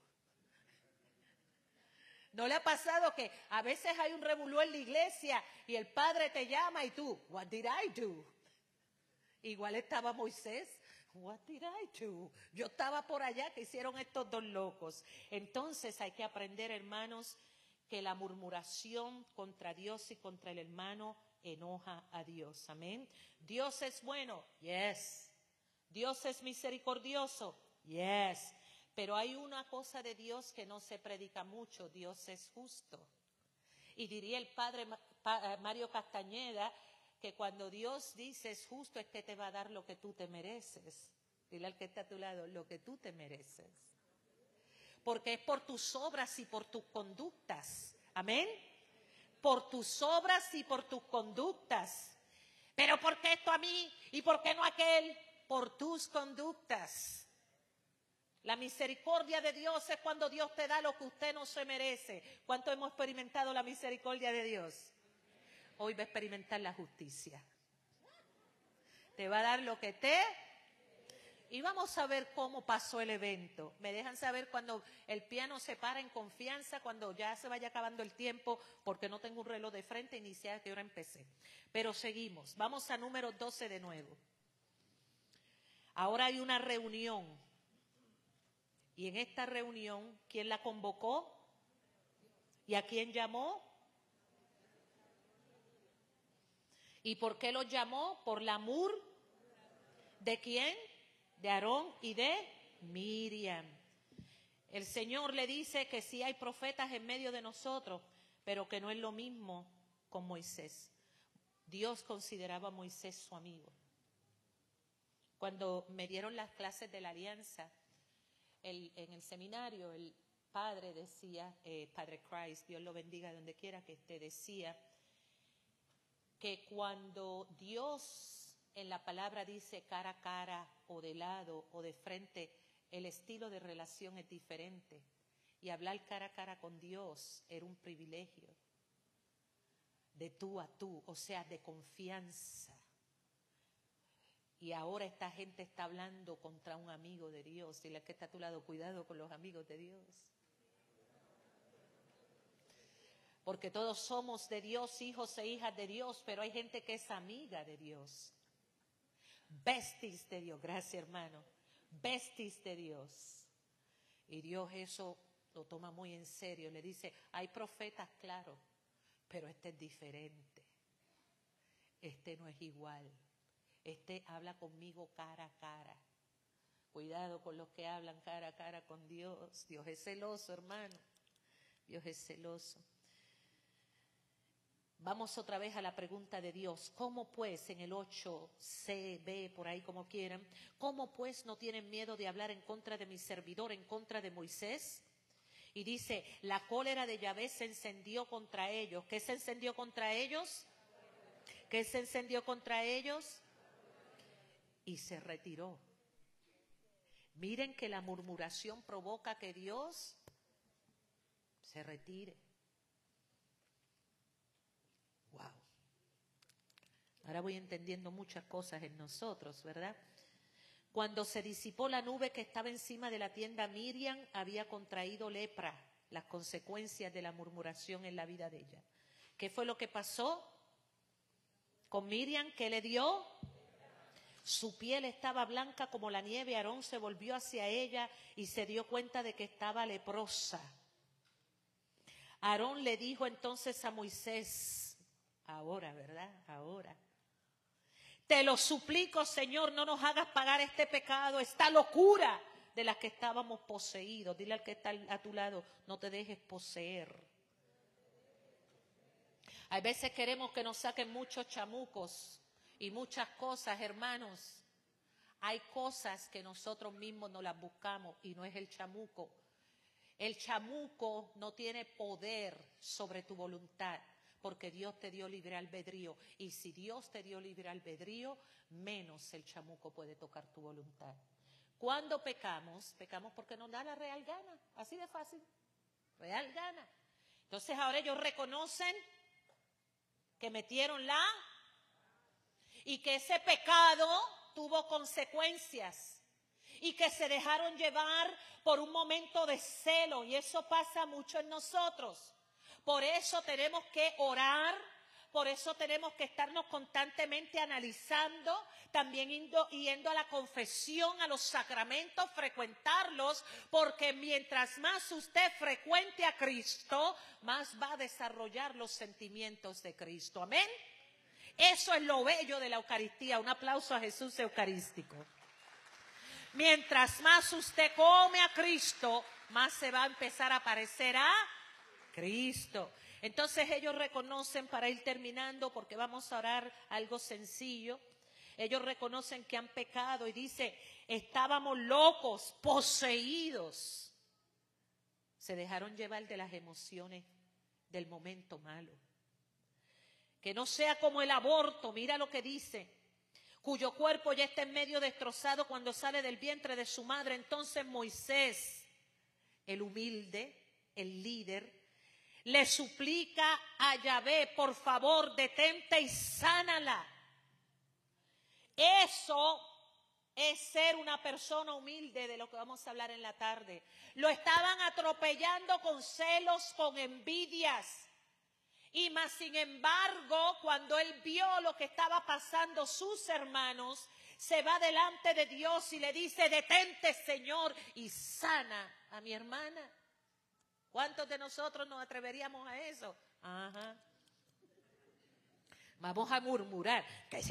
¿No le ha pasado que a veces hay un revolú en la iglesia y el padre te llama y tú, what did I do? Igual estaba Moisés, what did I do? Yo estaba por allá, que hicieron estos dos locos. Entonces hay que aprender, hermanos, que la murmuración contra Dios y contra el hermano enoja a Dios. Amén. Dios es bueno, yes. Dios es misericordioso, yes. Pero hay una cosa de Dios que no se predica mucho, Dios es justo. Y diría el padre Mario Castañeda que cuando Dios dice es justo es que te va a dar lo que tú te mereces. Dile al que está a tu lado, lo que tú te mereces. Porque es por tus obras y por tus conductas. Amén. Por tus obras y por tus conductas. Pero ¿por qué esto a mí y por qué no a aquel? Por tus conductas. La misericordia de Dios es cuando Dios te da lo que usted no se merece. ¿Cuánto hemos experimentado la misericordia de Dios? Hoy va a experimentar la justicia. Te va a dar lo que te... Y vamos a ver cómo pasó el evento. Me dejan saber cuando el piano se para en confianza, cuando ya se vaya acabando el tiempo, porque no tengo un reloj de frente y ni sé a qué hora empecé. Pero seguimos. Vamos a número 12 de nuevo. Ahora hay una reunión. Y en esta reunión, ¿quién la convocó? ¿Y a quién llamó? ¿Y por qué los llamó? Por la ¿de quién? De Aarón y de Miriam. El Señor le dice que sí hay profetas en medio de nosotros, pero que no es lo mismo con Moisés. Dios consideraba a Moisés su amigo. Cuando me dieron las clases de la alianza, en el seminario, el padre decía, Padre Christ, Dios lo bendiga donde quiera que esté, decía que cuando Dios en la palabra dice cara a cara o de lado o de frente, el estilo de relación es diferente. Y hablar cara a cara con Dios era un privilegio. De tú a tú, o sea, de confianza. Y ahora esta gente está hablando contra un amigo de Dios. Dile al que está a tu lado, cuidado con los amigos de Dios. Porque todos somos de Dios, hijos e hijas de Dios, pero hay gente que es amiga de Dios. Besties de Dios, gracias hermano. Besties de Dios. Y Dios eso lo toma muy en serio. Le dice, hay profetas, claro, pero este es diferente. Este no es igual. Este habla conmigo cara a cara. Cuidado con los que hablan cara a cara con Dios. Dios es celoso, hermano. Dios es celoso. Vamos otra vez a la pregunta de Dios. ¿Cómo pues en el 8c, b, por ahí como quieran, cómo pues no tienen miedo de hablar en contra de mi servidor, en contra de Moisés? Y dice, la cólera de Yahvé se encendió contra ellos. ¿Qué se encendió contra ellos? ¿Qué se encendió contra ellos? Y se retiró. Miren que la murmuración provoca que Dios se retire. Wow. Ahora voy entendiendo muchas cosas en nosotros, ¿verdad? Cuando se disipó la nube que estaba encima de la tienda, Miriam había contraído lepra, las consecuencias de la murmuración en la vida de ella. ¿Qué fue lo que pasó con Miriam? ¿Qué le dio? Su piel estaba blanca como la nieve. Aarón se volvió hacia ella y se dio cuenta de que estaba leprosa. Aarón le dijo entonces a Moisés, ahora, ¿verdad? Ahora. Te lo suplico, Señor, no nos hagas pagar este pecado, esta locura de la que estábamos poseídos. Dile al que está a tu lado, no te dejes poseer. Hay veces queremos que nos saquen muchos chamucos y muchas cosas, hermanos. Hay cosas que nosotros mismos no las buscamos y no es el chamuco. El chamuco no tiene poder sobre tu voluntad, porque Dios te dio libre albedrío. Y si Dios te dio libre albedrío, menos el chamuco puede tocar tu voluntad. Cuando pecamos, pecamos porque nos da la real gana. Así de fácil. Real gana. Entonces ahora ellos reconocen que metieron y que ese pecado tuvo consecuencias. Y que se dejaron llevar por un momento de celo. Y eso pasa mucho en nosotros. Por eso tenemos que orar. Por eso tenemos que estarnos constantemente analizando. También yendo a la confesión, a los sacramentos, frecuentarlos. Porque mientras más usted frecuente a Cristo, más va a desarrollar los sentimientos de Cristo. Amén. Eso es lo bello de la Eucaristía. Un aplauso a Jesús eucarístico. Mientras más usted come a Cristo, más se va a empezar a parecer a Cristo. Entonces ellos reconocen, para ir terminando, porque vamos a orar algo sencillo, ellos reconocen que han pecado y dice, estábamos locos, poseídos. Se dejaron llevar de las emociones del momento malo. Que no sea como el aborto, mira lo que dice, cuyo cuerpo ya está en medio destrozado cuando sale del vientre de su madre. Entonces Moisés, el humilde, el líder, le suplica a Yahvé, por favor, detente y sánala. Eso es ser una persona humilde, de lo que vamos a hablar en la tarde. Lo estaban atropellando con celos, con envidias. Y más sin embargo, cuando él vio lo que estaba pasando sus hermanos, se va delante de Dios y le dice, detente, Señor, y sana a mi hermana. ¿Cuántos de nosotros nos atreveríamos a eso? Ajá. Vamos a murmurar.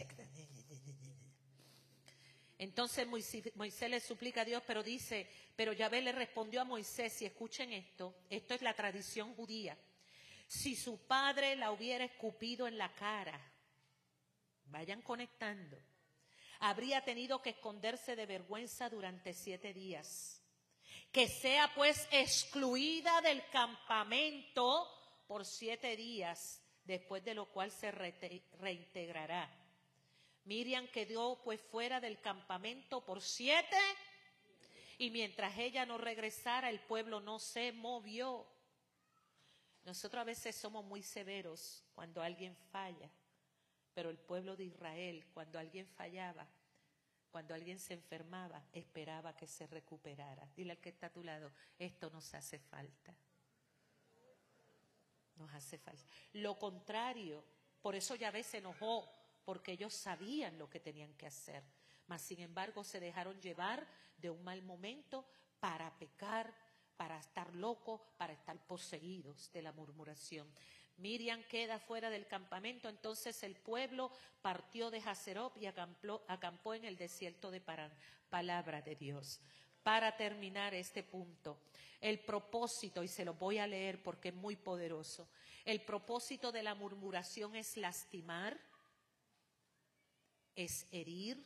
Entonces Moisés le suplica a Dios, pero dice, pero Yahvé le respondió a Moisés, y escuchen esto es la tradición judía. Si su padre la hubiera escupido en la cara, vayan conectando, habría tenido que esconderse de vergüenza durante 7 días. Que sea pues excluida del campamento por 7 días, después de lo cual se reintegrará. Miriam quedó pues fuera del campamento por 7, y mientras ella no regresara, el pueblo no se movió. Nosotros a veces somos muy severos cuando alguien falla, pero el pueblo de Israel, cuando alguien fallaba, cuando alguien se enfermaba, esperaba que se recuperara. Dile al que está a tu lado, esto nos hace falta. Nos hace falta. Lo contrario, por eso Yahvé se enojó, porque ellos sabían lo que tenían que hacer. Mas sin embargo se dejaron llevar de un mal momento para pecar, para estar locos, para estar poseídos de la murmuración. Miriam queda fuera del campamento, entonces el pueblo partió de Hazerot y acampó en el desierto de Parán. Palabra de Dios. Para terminar este punto, el propósito, y se lo voy a leer porque es muy poderoso, el propósito de la murmuración es lastimar, es herir,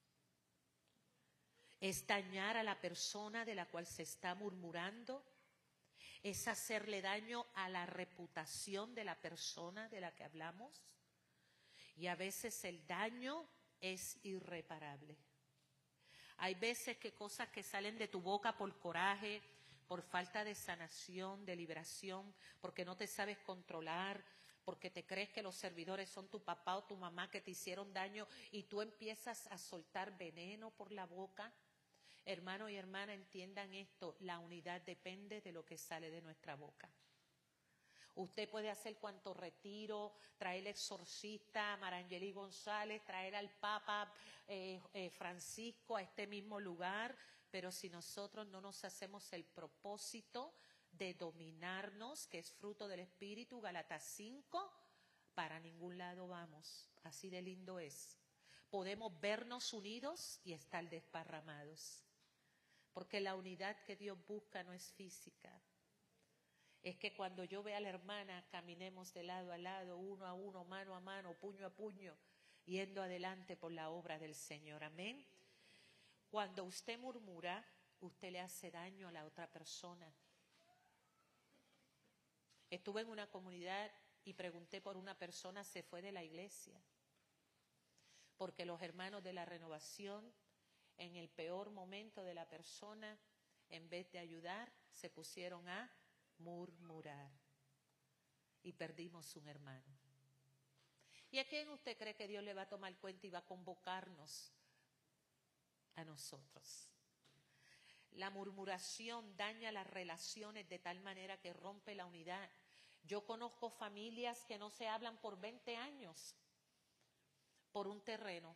es dañar a la persona de la cual se está murmurando, es hacerle daño a la reputación de la persona de la que hablamos, y a veces el daño es irreparable. Hay veces que cosas que salen de tu boca por coraje, por falta de sanación, de liberación, porque no te sabes controlar, porque te crees que los servidores son tu papá o tu mamá que te hicieron daño y tú empiezas a soltar veneno por la boca. Hermano y hermana, entiendan esto, la unidad depende de lo que sale de nuestra boca. Usted puede hacer cuanto retiro, traer el exorcista, Marangeli González, traer al Papa Francisco a este mismo lugar, pero si nosotros no nos hacemos el propósito de dominarnos, que es fruto del Espíritu, Gálatas 5, para ningún lado vamos, así de lindo es. Podemos vernos unidos y estar desparramados. Porque la unidad que Dios busca no es física. Es que cuando yo vea a la hermana, caminemos de lado a lado, uno a uno, mano a mano, puño a puño, yendo adelante por la obra del Señor. Amén. Cuando usted murmura, usted le hace daño a la otra persona. Estuve en una comunidad y pregunté por una persona, se fue de la iglesia. Porque los hermanos de la renovación, en el peor momento de la persona, en vez de ayudar, se pusieron a murmurar. Y perdimos un hermano. ¿Y a quién usted cree que Dios le va a tomar cuenta y va a convocarnos a nosotros? La murmuración daña las relaciones de tal manera que rompe la unidad. Yo conozco familias que no se hablan por 20 años por un terreno.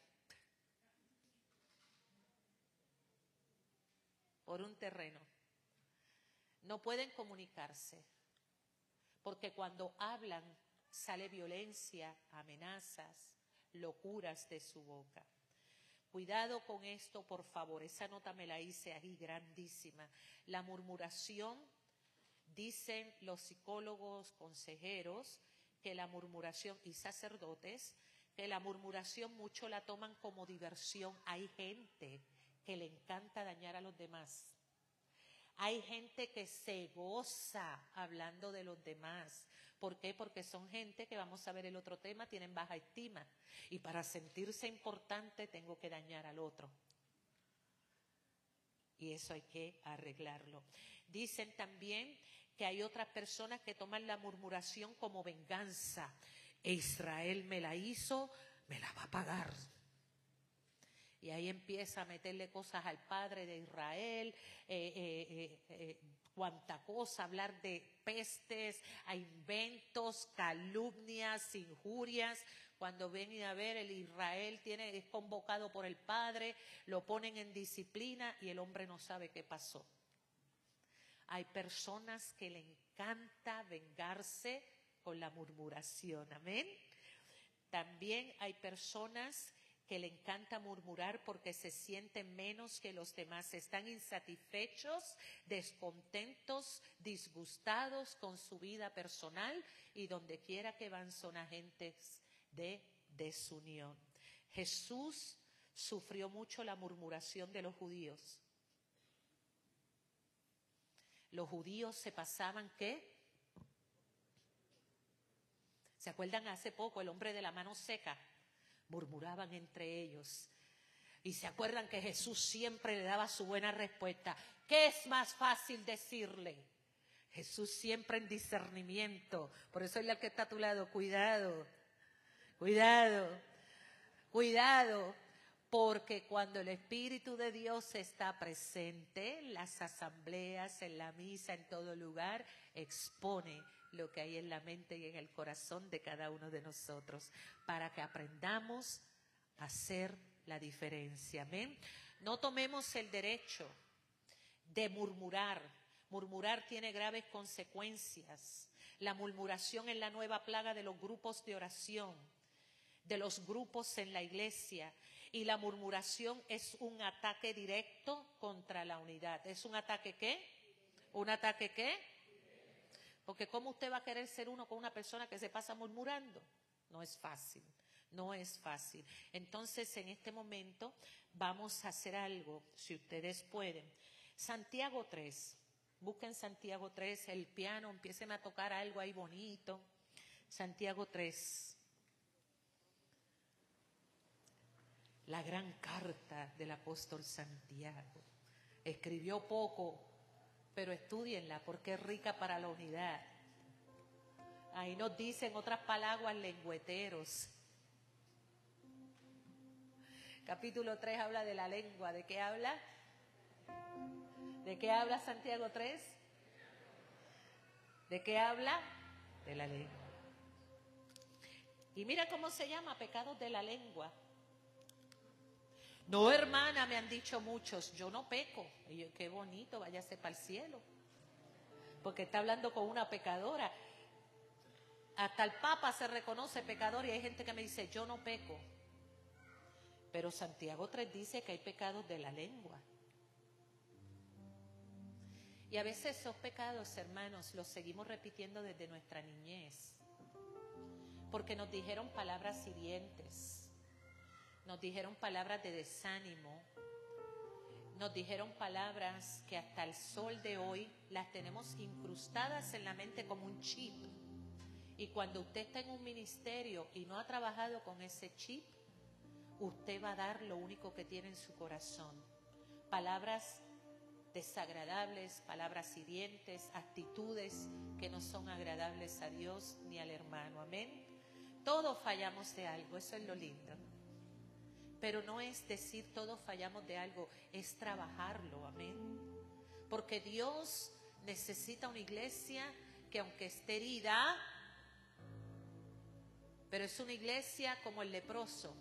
Por un terreno. No pueden comunicarse porque cuando hablan sale violencia, amenazas, locuras de su boca. Cuidado con esto, por favor. Esa nota me la hice ahí, grandísima. La murmuración, dicen los psicólogos, consejeros, que la murmuración, y sacerdotes, que la murmuración mucho la toman como diversión. Hay gente que le encanta dañar a los demás. Hay gente que se goza hablando de los demás. ¿Por qué? Porque son gente que, vamos a ver el otro tema, tienen baja estima. Y para sentirse importante tengo que dañar al otro. Y eso hay que arreglarlo. Dicen también que hay otras personas que toman la murmuración como venganza. Israel me la hizo, me la va a pagar. Y ahí empieza a meterle cosas al padre de Israel, cuanta cosa, hablar de pestes, a inventos, calumnias, injurias. Cuando ven a ver, el Israel es convocado por el padre, lo ponen en disciplina y el hombre no sabe qué pasó. Hay personas que le encanta vengarse con la murmuración, amén. También hay personas que le encanta murmurar porque se sienten menos que los demás, están insatisfechos, descontentos, disgustados con su vida personal y donde quiera que van son agentes de desunión. Jesús sufrió mucho la murmuración de los judíos. Los judíos se pasaban, ¿qué? ¿Se acuerdan hace poco el hombre de la mano seca? Murmuraban entre ellos. Y se acuerdan que Jesús siempre le daba su buena respuesta. ¿Qué es más fácil decirle? Jesús siempre en discernimiento. Por eso es la que está a tu lado. Cuidado, cuidado, cuidado. Porque cuando el Espíritu de Dios está presente en las asambleas, en la misa, en todo lugar, expone lo que hay en la mente y en el corazón de cada uno de nosotros, para que aprendamos a hacer la diferencia. Amén. No tomemos el derecho de murmurar. Murmurar tiene graves consecuencias. La murmuración es la nueva plaga de los grupos de oración, de los grupos en la iglesia, y la murmuración es un ataque directo contra la unidad. ¿Es un ataque qué? ¿Un ataque qué? Porque ¿cómo usted va a querer ser uno con una persona que se pasa murmurando? No es fácil, no es fácil. Entonces, en este momento vamos a hacer algo, si ustedes pueden. Santiago 3, busquen Santiago 3, el piano, empiecen a tocar algo ahí bonito. Santiago 3. La gran carta del apóstol Santiago. Escribió poco, pero estudienla porque es rica para la unidad. Ahí nos dicen otras palabras, lengüeteros. Capítulo 3 habla de la lengua. ¿De qué habla? ¿De qué habla Santiago 3? ¿De qué habla? De la lengua. Y mira cómo se llama, pecados de la lengua. No, hermana, me han dicho muchos, yo no peco. Y yo, qué bonito, váyase para el cielo. Porque está hablando con una pecadora. Hasta el Papa se reconoce pecador y hay gente que me dice, yo no peco. Pero Santiago 3 dice que hay pecados de la lengua. Y a veces esos pecados, hermanos, los seguimos repitiendo desde nuestra niñez. Porque nos dijeron palabras hirientes. Nos dijeron palabras de desánimo, nos dijeron palabras que hasta el sol de hoy las tenemos incrustadas en la mente como un chip Y cuando usted está en un ministerio y no ha trabajado con ese chip, usted va a dar lo único que tiene en su corazón. Palabras desagradables, palabras hirientes, actitudes que no son agradables a Dios ni al hermano. Amén. Todos fallamos de algo, eso es lo lindo. Pero no es decir todos fallamos de algo, es trabajarlo. Amén. Porque Dios necesita una iglesia que aunque esté herida, pero es una iglesia como el leproso,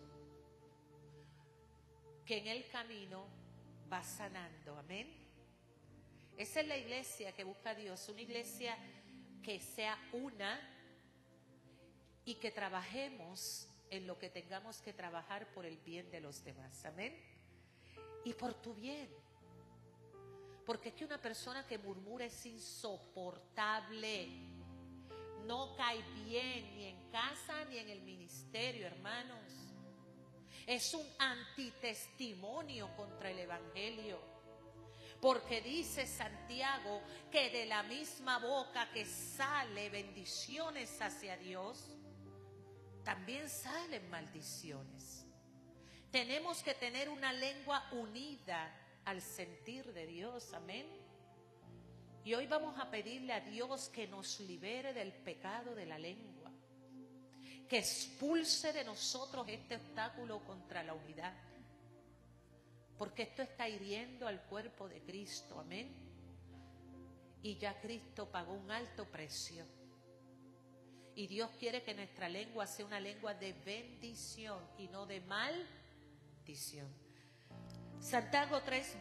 que en el camino va sanando. Amén. Esa es la iglesia que busca a Dios, una iglesia que sea una y que trabajemos en lo que tengamos que trabajar por el bien de los demás. Amén. Y por tu bien. Porque es que una persona que murmura es insoportable. No cae bien ni en casa ni en el ministerio, hermanos. Es un antitestimonio contra el evangelio. Porque dice Santiago que de la misma boca que sale bendiciones hacia Dios, también salen maldiciones. Tenemos que tener una lengua unida al sentir de Dios. Amén. Y hoy vamos a pedirle a Dios que nos libere del pecado de la lengua, que expulse de nosotros este obstáculo contra la unidad, porque esto está hiriendo al cuerpo de Cristo. Amén. Y ya Cristo pagó un alto precio. Y Dios quiere que nuestra lengua sea una lengua de bendición y no de maldición. Santiago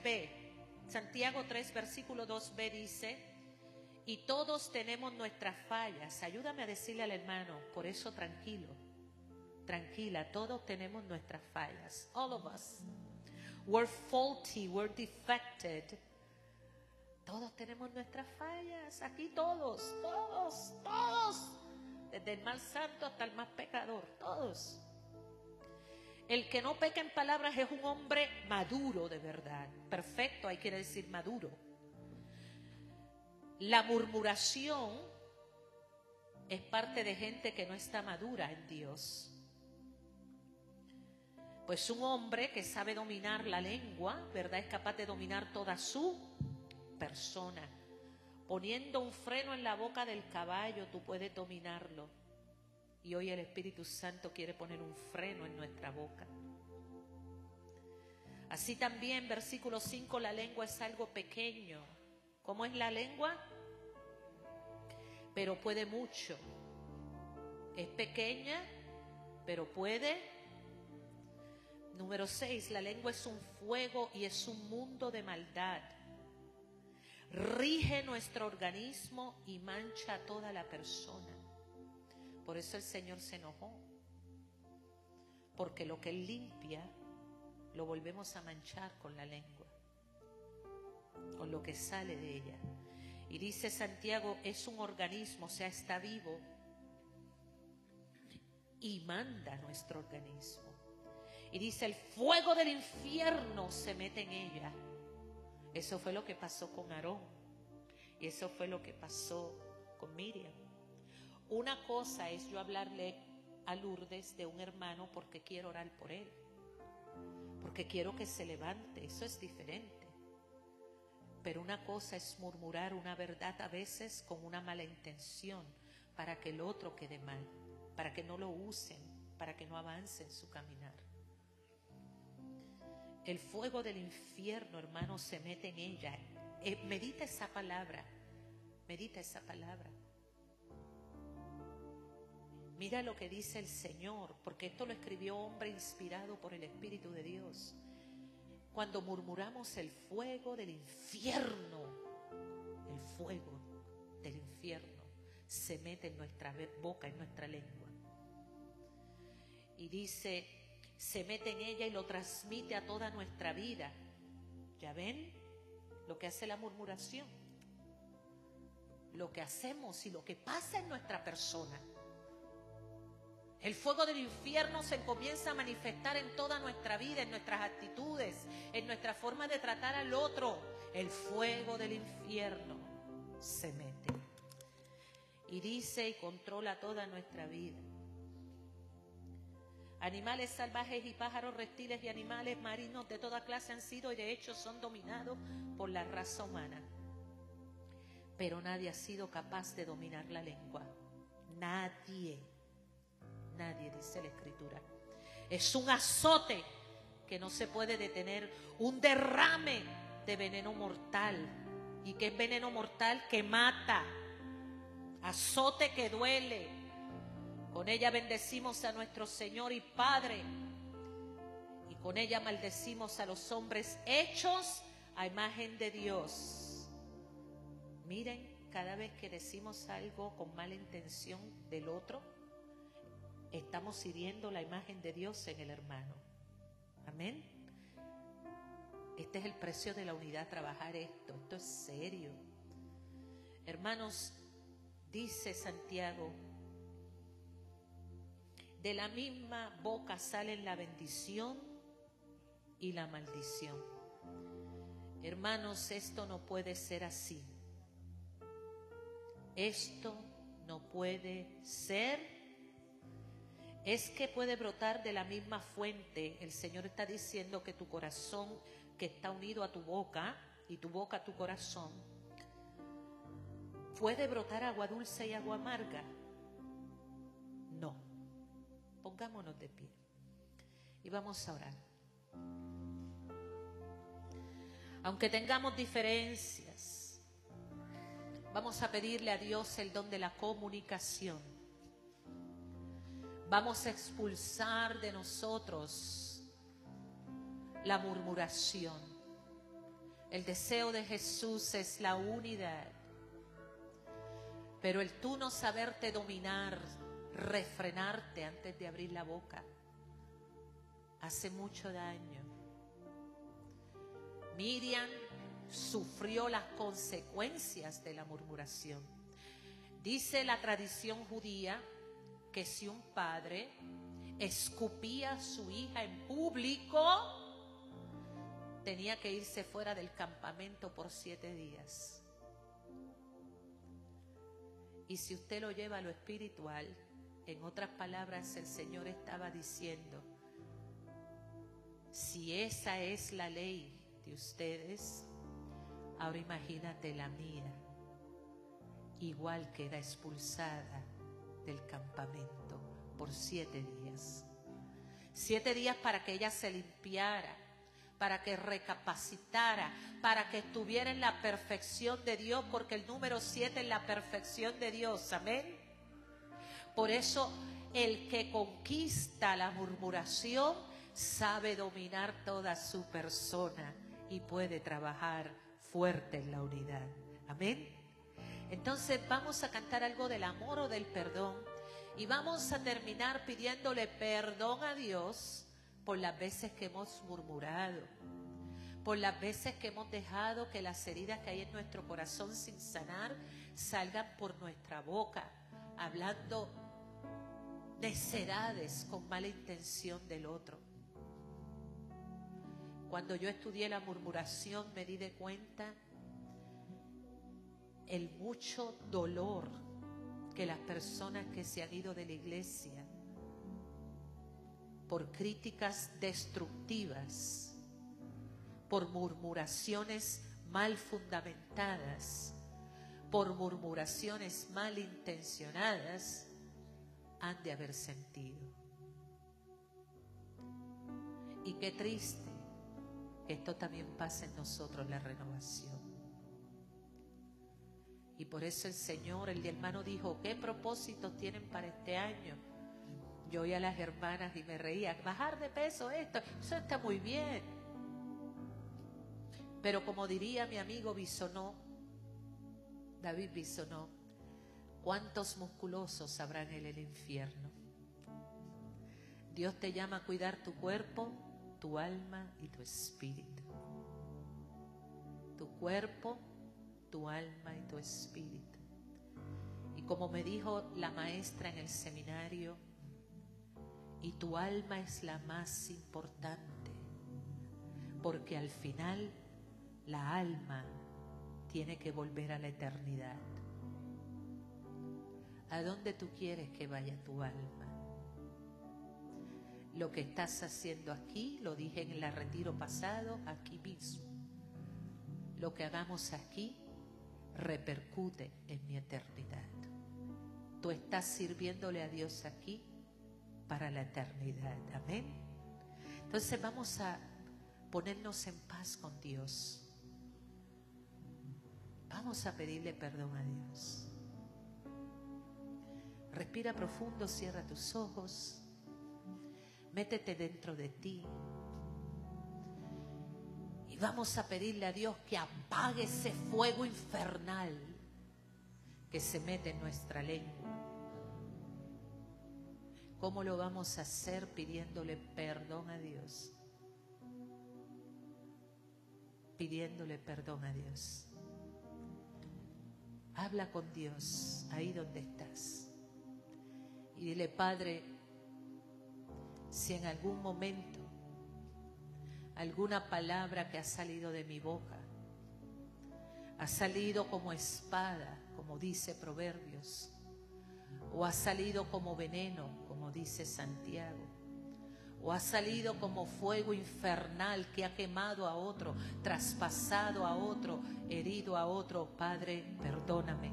3 versículo 2b dice: y todos tenemos nuestras fallas. Ayúdame a decirle al hermano, por eso tranquilo, tranquila, todos tenemos nuestras fallas. All of us. We're faulty, we're defected. Todos tenemos nuestras fallas, aquí todos. Desde el más santo hasta el más pecador, todos. El que no peca en palabras es un hombre maduro de verdad. Perfecto, ahí quiere decir maduro. La murmuración es parte de gente que no está madura en Dios. Pues un hombre que sabe dominar la lengua, ¿verdad?, es capaz de dominar toda su persona. Poniendo un freno en la boca del caballo, tú puedes dominarlo. Y hoy el Espíritu Santo quiere poner un freno en nuestra boca. Así también, versículo 5, la lengua es algo pequeño. ¿Cómo es la lengua? Pero puede mucho. Es pequeña, pero puede. Número 6, la lengua es un fuego y es un mundo de maldad. Rige nuestro organismo y mancha a toda la persona. Por eso el Señor se enojó. Porque lo que Él limpia, lo volvemos a manchar con la lengua, con lo que sale de ella. Y dice Santiago, es un organismo, o sea, está vivo y manda nuestro organismo. Y dice, el fuego del infierno se mete en ella. Eso fue lo que pasó con Aarón. Y eso fue lo que pasó con Miriam. Una cosa es yo hablarle a Lourdes de un hermano porque quiero orar por él, porque quiero que se levante. Eso es diferente. Pero una cosa es murmurar una verdad a veces con una mala intención para que el otro quede mal, para que no lo usen, para que no avance en su caminar. El fuego del infierno, hermano, se mete en ella. Medita esa palabra. Medita esa palabra. Mira lo que dice el Señor, porque esto lo escribió hombre inspirado por el Espíritu de Dios. Cuando murmuramos, el fuego del infierno, el fuego del infierno se mete en nuestra boca, en nuestra lengua. Y dice, se mete en ella y lo transmite a toda nuestra vida. ¿Ya ven lo que hace la murmuración? Lo que hacemos y lo que pasa en nuestra persona. El fuego del infierno se comienza a manifestar en toda nuestra vida, en nuestras actitudes, en nuestra forma de tratar al otro. El fuego del infierno se mete. y dice y controla toda nuestra vida. Animales salvajes y pájaros, reptiles y animales marinos de toda clase han sido y de hecho son dominados por la raza humana. Pero nadie ha sido capaz de dominar la lengua. Nadie. Nadie, dice la Escritura. Es un azote que no se puede detener, un derrame de veneno mortal. ¿Y qué es veneno mortal? Que mata. Azote que duele. Con ella bendecimos a nuestro Señor y Padre, y con ella maldecimos a los hombres hechos a imagen de Dios. Miren, cada vez que decimos algo con mala intención del otro, estamos hiriendo la imagen de Dios en el hermano. Amén. Este es el precio de la unidad, trabajar esto. Esto es serio. Hermanos, dice Santiago, de la misma boca salen la bendición y la maldición. Hermanos, esto no puede ser así. Esto no puede ser. Es que puede brotar de la misma fuente. El Señor está diciendo que tu corazón, que está unido a tu boca, y tu boca a tu corazón, ¿puede brotar agua dulce y agua amarga? No. Pongámonos de pie y vamos a orar. Aunque tengamos diferencias, vamos a pedirle a Dios el don de la comunicación. Vamos a expulsar de nosotros la murmuración. El deseo de Jesús es la unidad, pero el tú no saberte dominar, refrenarte antes de abrir la boca, hace mucho daño. Miriam sufrió las consecuencias de la murmuración. Dice la tradición judía que si un padre escupía a su hija en público, tenía que irse fuera del campamento por 7 días. Y si usted lo lleva a lo espiritual, en otras palabras, el Señor estaba diciendo, si esa es la ley de ustedes, ahora imagínate la mía. Igual queda expulsada del campamento por 7 días. 7 días para que ella se limpiara, para que recapacitara, para que estuviera en la perfección de Dios, porque el número 7 es la perfección de Dios. Amén. Por eso el que conquista la murmuración sabe dominar toda su persona y puede trabajar fuerte en la unidad. Amén. Entonces vamos a cantar algo del amor o del perdón y vamos a terminar pidiéndole perdón a Dios por las veces que hemos murmurado, por las veces que hemos dejado que las heridas que hay en nuestro corazón sin sanar salgan por nuestra boca, hablando necedades con mala intención del otro. Cuando yo estudié la murmuración me di de cuenta el mucho dolor que las personas que se han ido de la iglesia por críticas destructivas, por murmuraciones mal fundamentadas, por murmuraciones mal intencionadas, han de haber sentido. Y qué triste que esto también pasa en nosotros, la renovación. Y por eso el Señor, el hermano dijo, ¿qué propósitos tienen para este año? Yo oía a las hermanas y me reía, bajar de peso, eso está muy bien. Pero como diría mi amigo Bisonó, David Bisonó, ¿cuántos musculosos habrán en el infierno? Dios te llama a cuidar tu cuerpo, tu alma y tu espíritu. Tu cuerpo, tu alma y tu espíritu. Y como me dijo la maestra en el seminario, y tu alma es la más importante, porque al final la alma tiene que volver a la eternidad. ¿A dónde tú quieres que vaya tu alma? Lo que estás haciendo aquí, lo dije en el retiro pasado, aquí mismo. Lo que hagamos aquí repercute en mi eternidad. Tú estás sirviéndole a Dios aquí para la eternidad. Amén. Entonces vamos a ponernos en paz con Dios. Vamos a pedirle perdón a Dios. Respira profundo, cierra tus ojos. Métete dentro de ti. Y vamos a pedirle a Dios que apague ese fuego infernal que se mete en nuestra lengua. ¿Cómo lo vamos a hacer? Pidiéndole perdón a Dios. Pidiéndole perdón a Dios. Habla con Dios ahí donde estás. Y dile: Padre, si en algún momento alguna palabra que ha salido de mi boca ha salido como espada, como dice Proverbios, o ha salido como veneno, como dice Santiago, o ha salido como fuego infernal que ha quemado a otro, traspasado a otro, herido a otro, Padre, perdóname.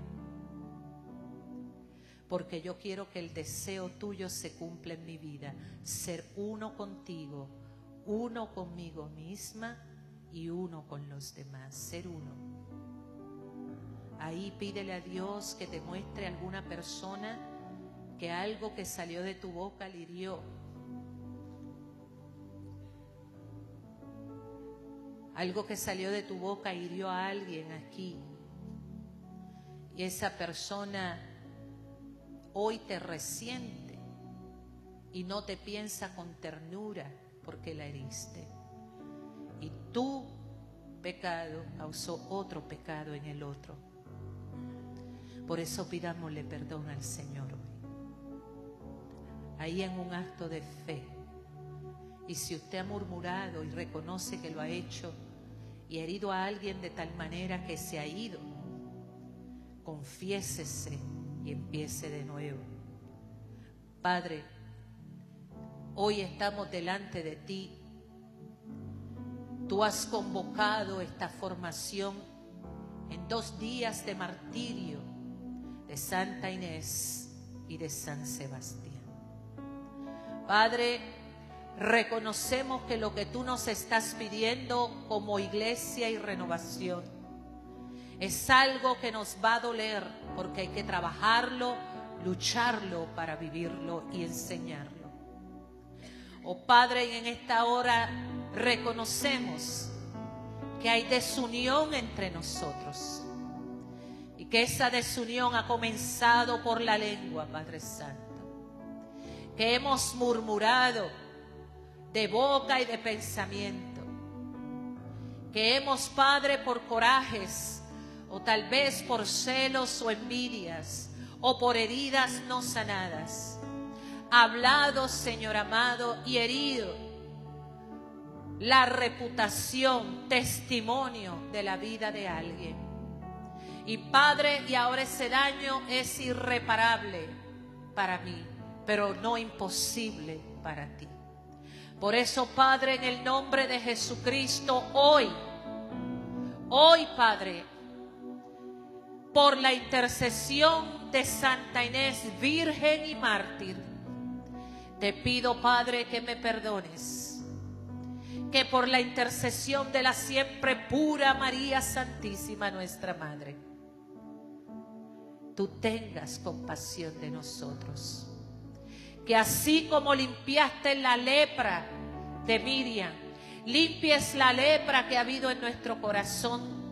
Porque yo quiero que el deseo tuyo se cumpla en mi vida, ser uno contigo, uno conmigo misma y uno con los demás, ser uno. Ahí pídele a Dios que te muestre alguna persona que algo que salió de tu boca le hirió. Algo que salió de tu boca hirió a alguien aquí. Y esa persona hoy te resiente y no te piensa con ternura porque la heriste. Y tu pecado causó otro pecado en el otro. Por eso pidámosle perdón al Señor hoy. Ahí en un acto de fe. Y si usted ha murmurado y reconoce que lo ha hecho y ha herido a alguien de tal manera que se ha ido, confiésese y empiece de nuevo. Padre, hoy estamos delante de ti. Tú has convocado esta formación en 2 días de martirio de Santa Inés y de San Sebastián. Padre, reconocemos que lo que tú nos estás pidiendo como iglesia y renovación es algo que nos va a doler, porque hay que trabajarlo, lucharlo para vivirlo y enseñarlo. Oh Padre, en esta hora reconocemos que hay desunión entre nosotros y que esa desunión ha comenzado por la lengua, Padre Santo, que hemos murmurado de boca y de pensamiento, que hemos, Padre, por corajes o tal vez por celos o envidias o por heridas no sanadas, hablado, Señor amado, y herido la reputación, testimonio de la vida de alguien. Y Padre, y ahora ese daño es irreparable para mí, pero no imposible para ti. Por eso, Padre, en el nombre de Jesucristo, hoy, Padre, por la intercesión de Santa Inés, Virgen y mártir, te pido, Padre, que me perdones, que por la intercesión de la siempre pura María Santísima, nuestra Madre, tú tengas compasión de nosotros. Que así como limpiaste la lepra de Miriam, limpies la lepra que ha habido en nuestro corazón,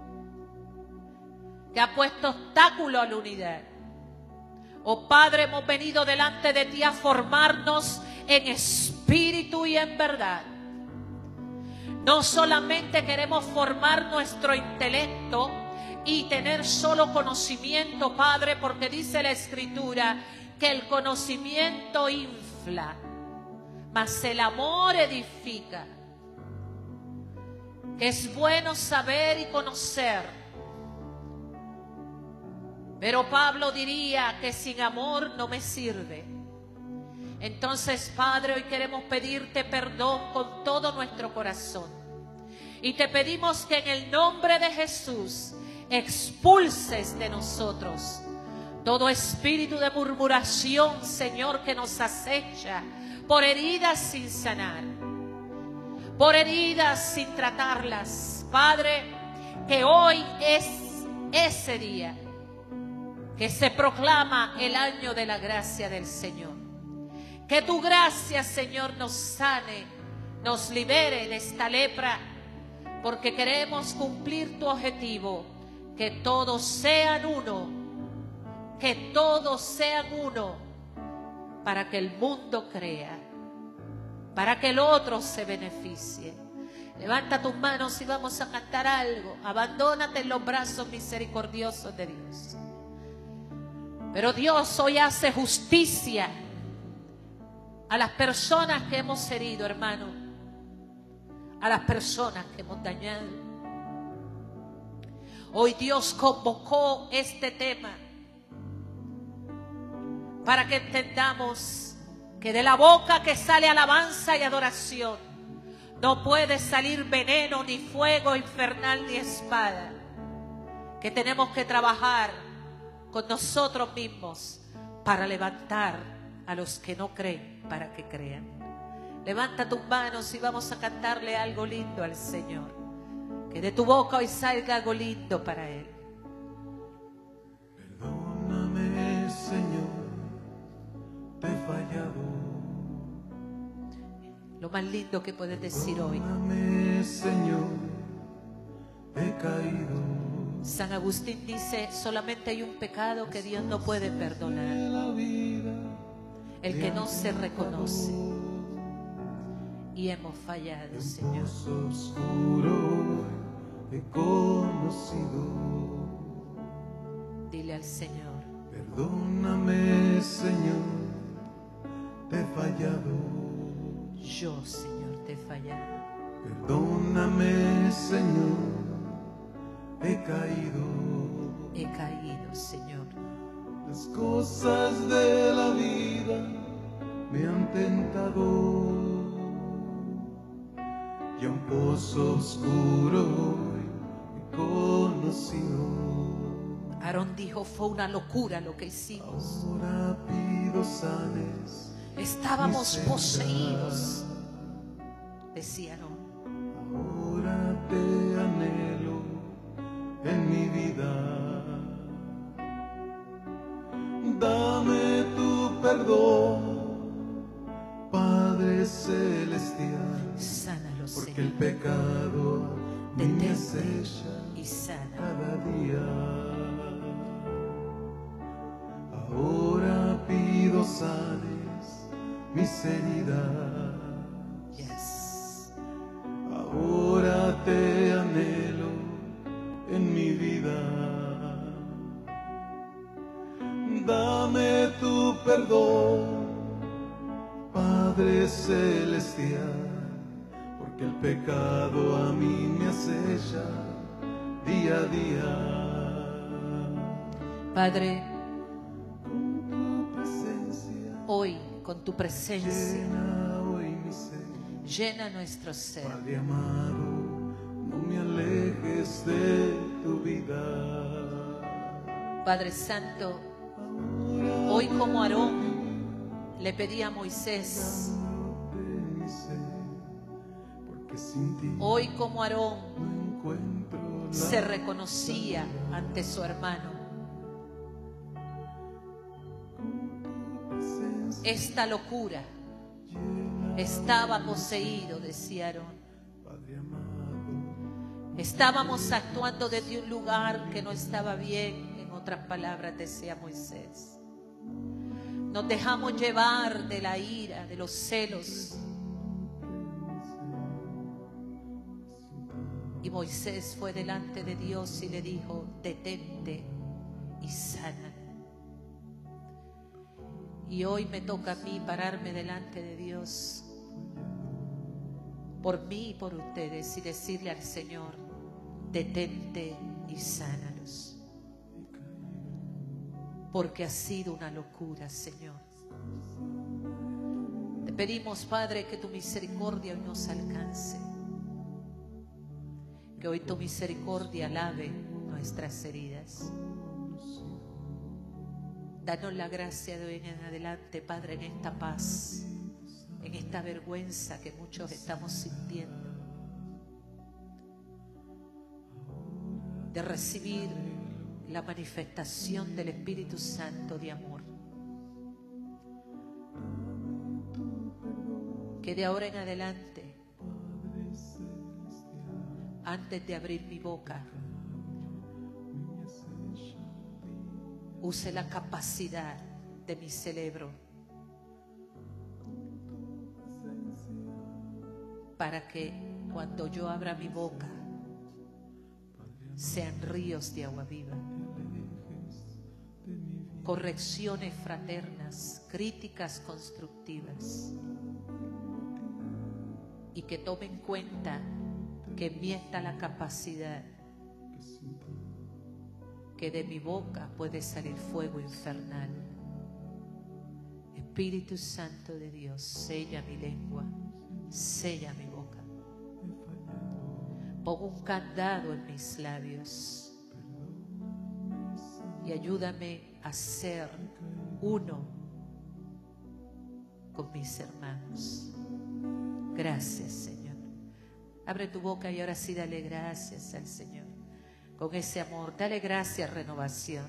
que ha puesto obstáculo a la unidad. Oh Padre, hemos venido delante de ti a formarnos en espíritu y en verdad. No solamente queremos formar nuestro intelecto y tener solo conocimiento, Padre, porque dice la Escritura que el conocimiento infla, mas el amor edifica. Que es bueno saber y conocer, Pero Pablo diría que sin amor no me sirve. Entonces, Padre, hoy queremos pedirte perdón con todo nuestro corazón. Y te pedimos que en el nombre de Jesús expulses de nosotros todo espíritu de murmuración, Señor, que nos acecha por heridas sin sanar, por heridas sin tratarlas. Padre, que hoy es ese día que se proclama el año de la gracia del Señor. Que tu gracia, Señor, nos sane, nos libere de esta lepra, porque queremos cumplir tu objetivo, que todos sean uno, que todos sean uno, para que el mundo crea, para que el otro se beneficie. Levanta tus manos y vamos a cantar algo. Abandónate en los brazos misericordiosos de Dios. Pero Dios hoy hace justicia a las personas que hemos herido, hermano, a las personas que hemos dañado. Hoy Dios convocó este tema para que entendamos que de la boca que sale alabanza y adoración no puede salir veneno, ni fuego infernal, ni espada. Que tenemos que trabajar con nosotros mismos para levantar a los que no creen, para que crean. Levanta tus manos y vamos a cantarle algo lindo al Señor. Que de tu boca hoy salga algo lindo para Él. Perdóname, Señor, te he fallado. Lo más lindo que puedes decir hoy. Perdóname, Señor, he caído. San Agustín dice, solamente hay un pecado que Dios no puede perdonar: el que no se reconoce. Y hemos fallado, Señor. Oscuro he conocido. Dile al Señor: Perdóname, Señor, te he fallado. yo, Señor, te he fallado. Perdóname, Señor, he caído. He caído, Señor. Las cosas de la vida me han tentado, y a un pozo oscuro he conocido. Aarón dijo, fue una locura lo que hicimos. Ahora pido sanes. Estábamos poseídos, decía Aarón. Ahora te anhelo en mi vida. Dame tu perdón, Padre celestial, Sánalo, porque Señor. el pecado me Detente acecha y sana. cada día. Ahora pido sanes mis heridas. Yes. Ahora te anhelo en mi vida. Dame tu perdón, Padre celestial, porque el pecado a mí me acecha día a día. Padre, Con tu presencia hoy con tu presencia llena hoy mi ser. llena nuestro ser. Padre amado, no me alejes de tu vida. Padre Santo, hoy como Aarón le pedí a Moisés, De mi ser, porque sin ti hoy como Aarón no encuentro la se reconocía ante su hermano. presencia. Esta locura estaba poseído, decía Aarón. Padre amado, Estábamos actuando desde un lugar que no estaba bien, en otras palabras decía Moisés. Nos dejamos llevar de la ira, de los celos. Y Moisés fue delante de Dios y le dijo, detente y sana. Y hoy me toca a mí pararme delante de Dios, por mí y por ustedes, y decirle al Señor, detente y sánalos. porque ha sido una locura, Señor. Te pedimos, Padre, que tu misericordia hoy nos alcance, que hoy tu misericordia lave nuestras heridas. Danos la gracia de hoy en adelante, Padre, en esta paz, en esta vergüenza que muchos estamos sintiendo, de recibir la manifestación del Espíritu Santo de amor. Que de ahora en adelante, antes de abrir mi boca, use la capacidad de mi cerebro para que cuando yo abra mi boca sean ríos de agua viva, correcciones fraternas, críticas constructivas, y que tome en cuenta que en mí está la capacidad, que de mi boca puede salir fuego infernal. Espíritu Santo de Dios, sella mi lengua, sella mi boca. Pongo un candado en mis labios y ayúdame a ser uno con mis hermanos. Gracias, Señor. Abre tu boca y ahora sí dale gracias al Señor. Con ese amor, dale gracias, renovación.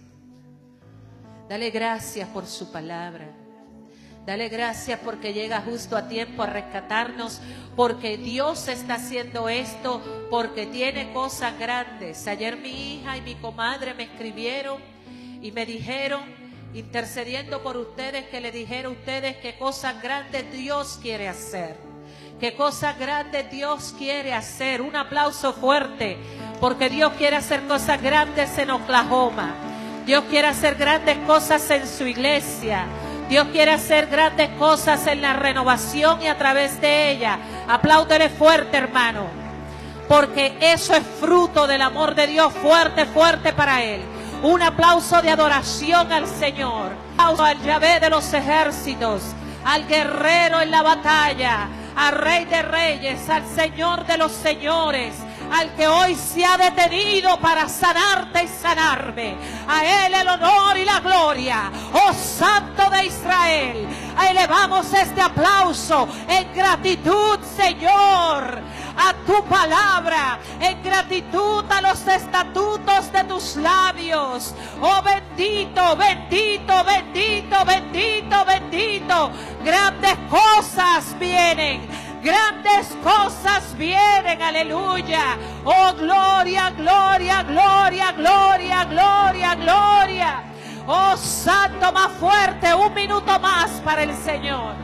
Dale gracias por su palabra. Dale gracias porque llega justo a tiempo a rescatarnos, porque Dios está haciendo esto, porque tiene cosas grandes. Ayer mi hija y mi comadre me escribieron y me dijeron, intercediendo por ustedes, que le dijera a ustedes qué cosas grandes Dios quiere hacer. Qué cosas grandes Dios quiere hacer. Un aplauso fuerte, porque Dios quiere hacer cosas grandes en Oklahoma. Dios quiere hacer grandes cosas en su iglesia. Dios quiere hacer grandes cosas en la renovación y a través de ella. Apláudele fuerte, hermano, porque eso es fruto del amor de Dios. Fuerte, fuerte para Él. Un aplauso de adoración al Señor. Al Yahvé de los ejércitos, al guerrero en la batalla, al Rey de Reyes, al Señor de los señores, al que hoy se ha detenido para sanarte y sanarme. A Él el honor y la gloria, oh Santo de Israel. Elevamos este aplauso en gratitud, Señor, a tu palabra, en gratitud a los estatutos de tus labios. Oh bendito, bendito, bendito, bendito, bendito. Grandes cosas vienen. Grandes cosas vienen, aleluya. Oh, gloria, gloria, gloria, gloria, gloria, gloria. Oh, Santo, más fuerte, un minuto más para el Señor.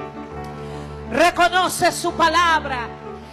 Reconoce su palabra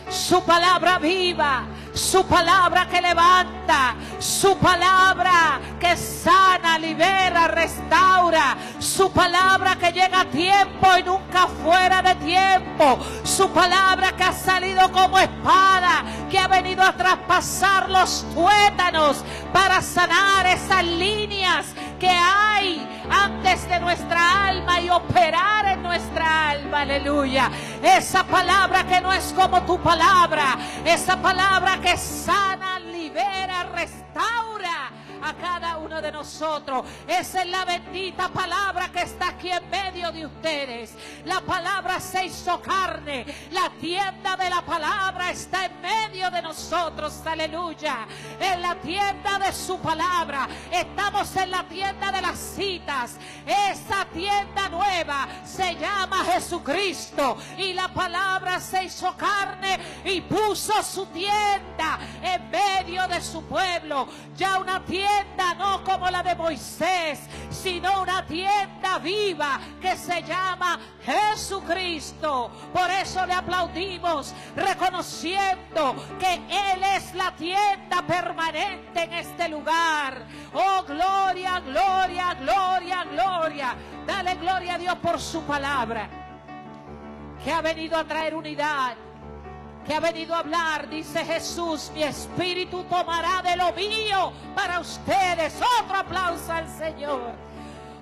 viva, su palabra que levanta, su palabra que sana, libera, restaura, su palabra que llega a tiempo y nunca fuera de tiempo, su palabra que ha salido como espada, que ha venido a traspasar los tuétanos para sanar esas líneas que hay antes de nuestra alma y operar en nuestra alma, aleluya. Esa palabra que no es como tu palabra, esa palabra que sana, libera, restaura a cada uno de nosotros. Esa es la bendita palabra que está aquí en medio de ustedes. La palabra se hizo carne. La tienda de la palabra está en medio de nosotros, aleluya. En la tienda de su palabra. Estamos en la tienda de las citas. Esa tienda nueva se llama Jesucristo, y la palabra se hizo carne y puso su tienda en medio de su pueblo. Ya una tienda no como la de Moisés, sino una tienda viva que se llama Jesucristo. Por eso le aplaudimos, reconociendo que Él es la tienda permanente en este lugar. Oh, gloria, gloria, gloria, gloria. Dale gloria a Dios por su palabra, que ha venido a traer unidad, que ha venido a hablar. Dice Jesús: mi espíritu tomará de lo mío para ustedes. Otro aplauso al Señor.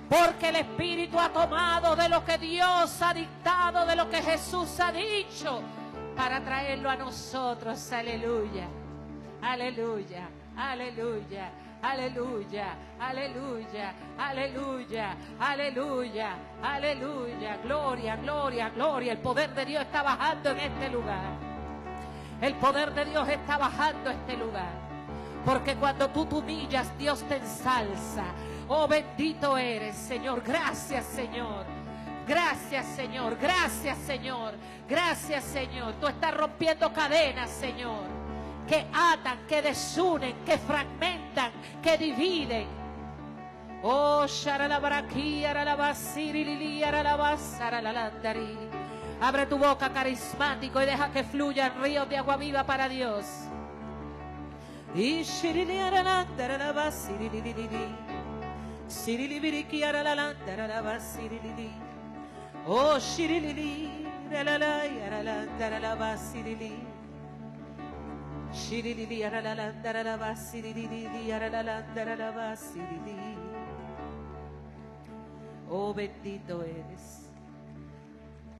Porque el Espíritu ha tomado de lo que Dios ha dictado, de lo que Jesús ha dicho, para traerlo a nosotros. Aleluya, aleluya, aleluya, aleluya, aleluya, aleluya, aleluya, aleluya. Gloria, gloria, gloria. El poder de Dios está bajando en este lugar. El poder de Dios está bajando en este lugar. Porque cuando tú te humillas, Dios te ensalza. Oh, bendito eres, Señor. Gracias, Señor. Gracias, Señor. Gracias, Señor. Gracias, Señor. Tú estás rompiendo cadenas, Señor, que atan, que desunen, que fragmentan, que dividen. Oh, sharalabaraki, aralabasiri, aralabasaralandari. Abre tu boca, carismático, y deja que fluyan ríos de agua viva para Dios. Y shirili aralabarabasiri. Sirilibiriki aralabarabasiri. Oh, shirilili aralabarabasiri. Shirilili aralabarabasiri aralabarabasiri. Oh, bendito eres.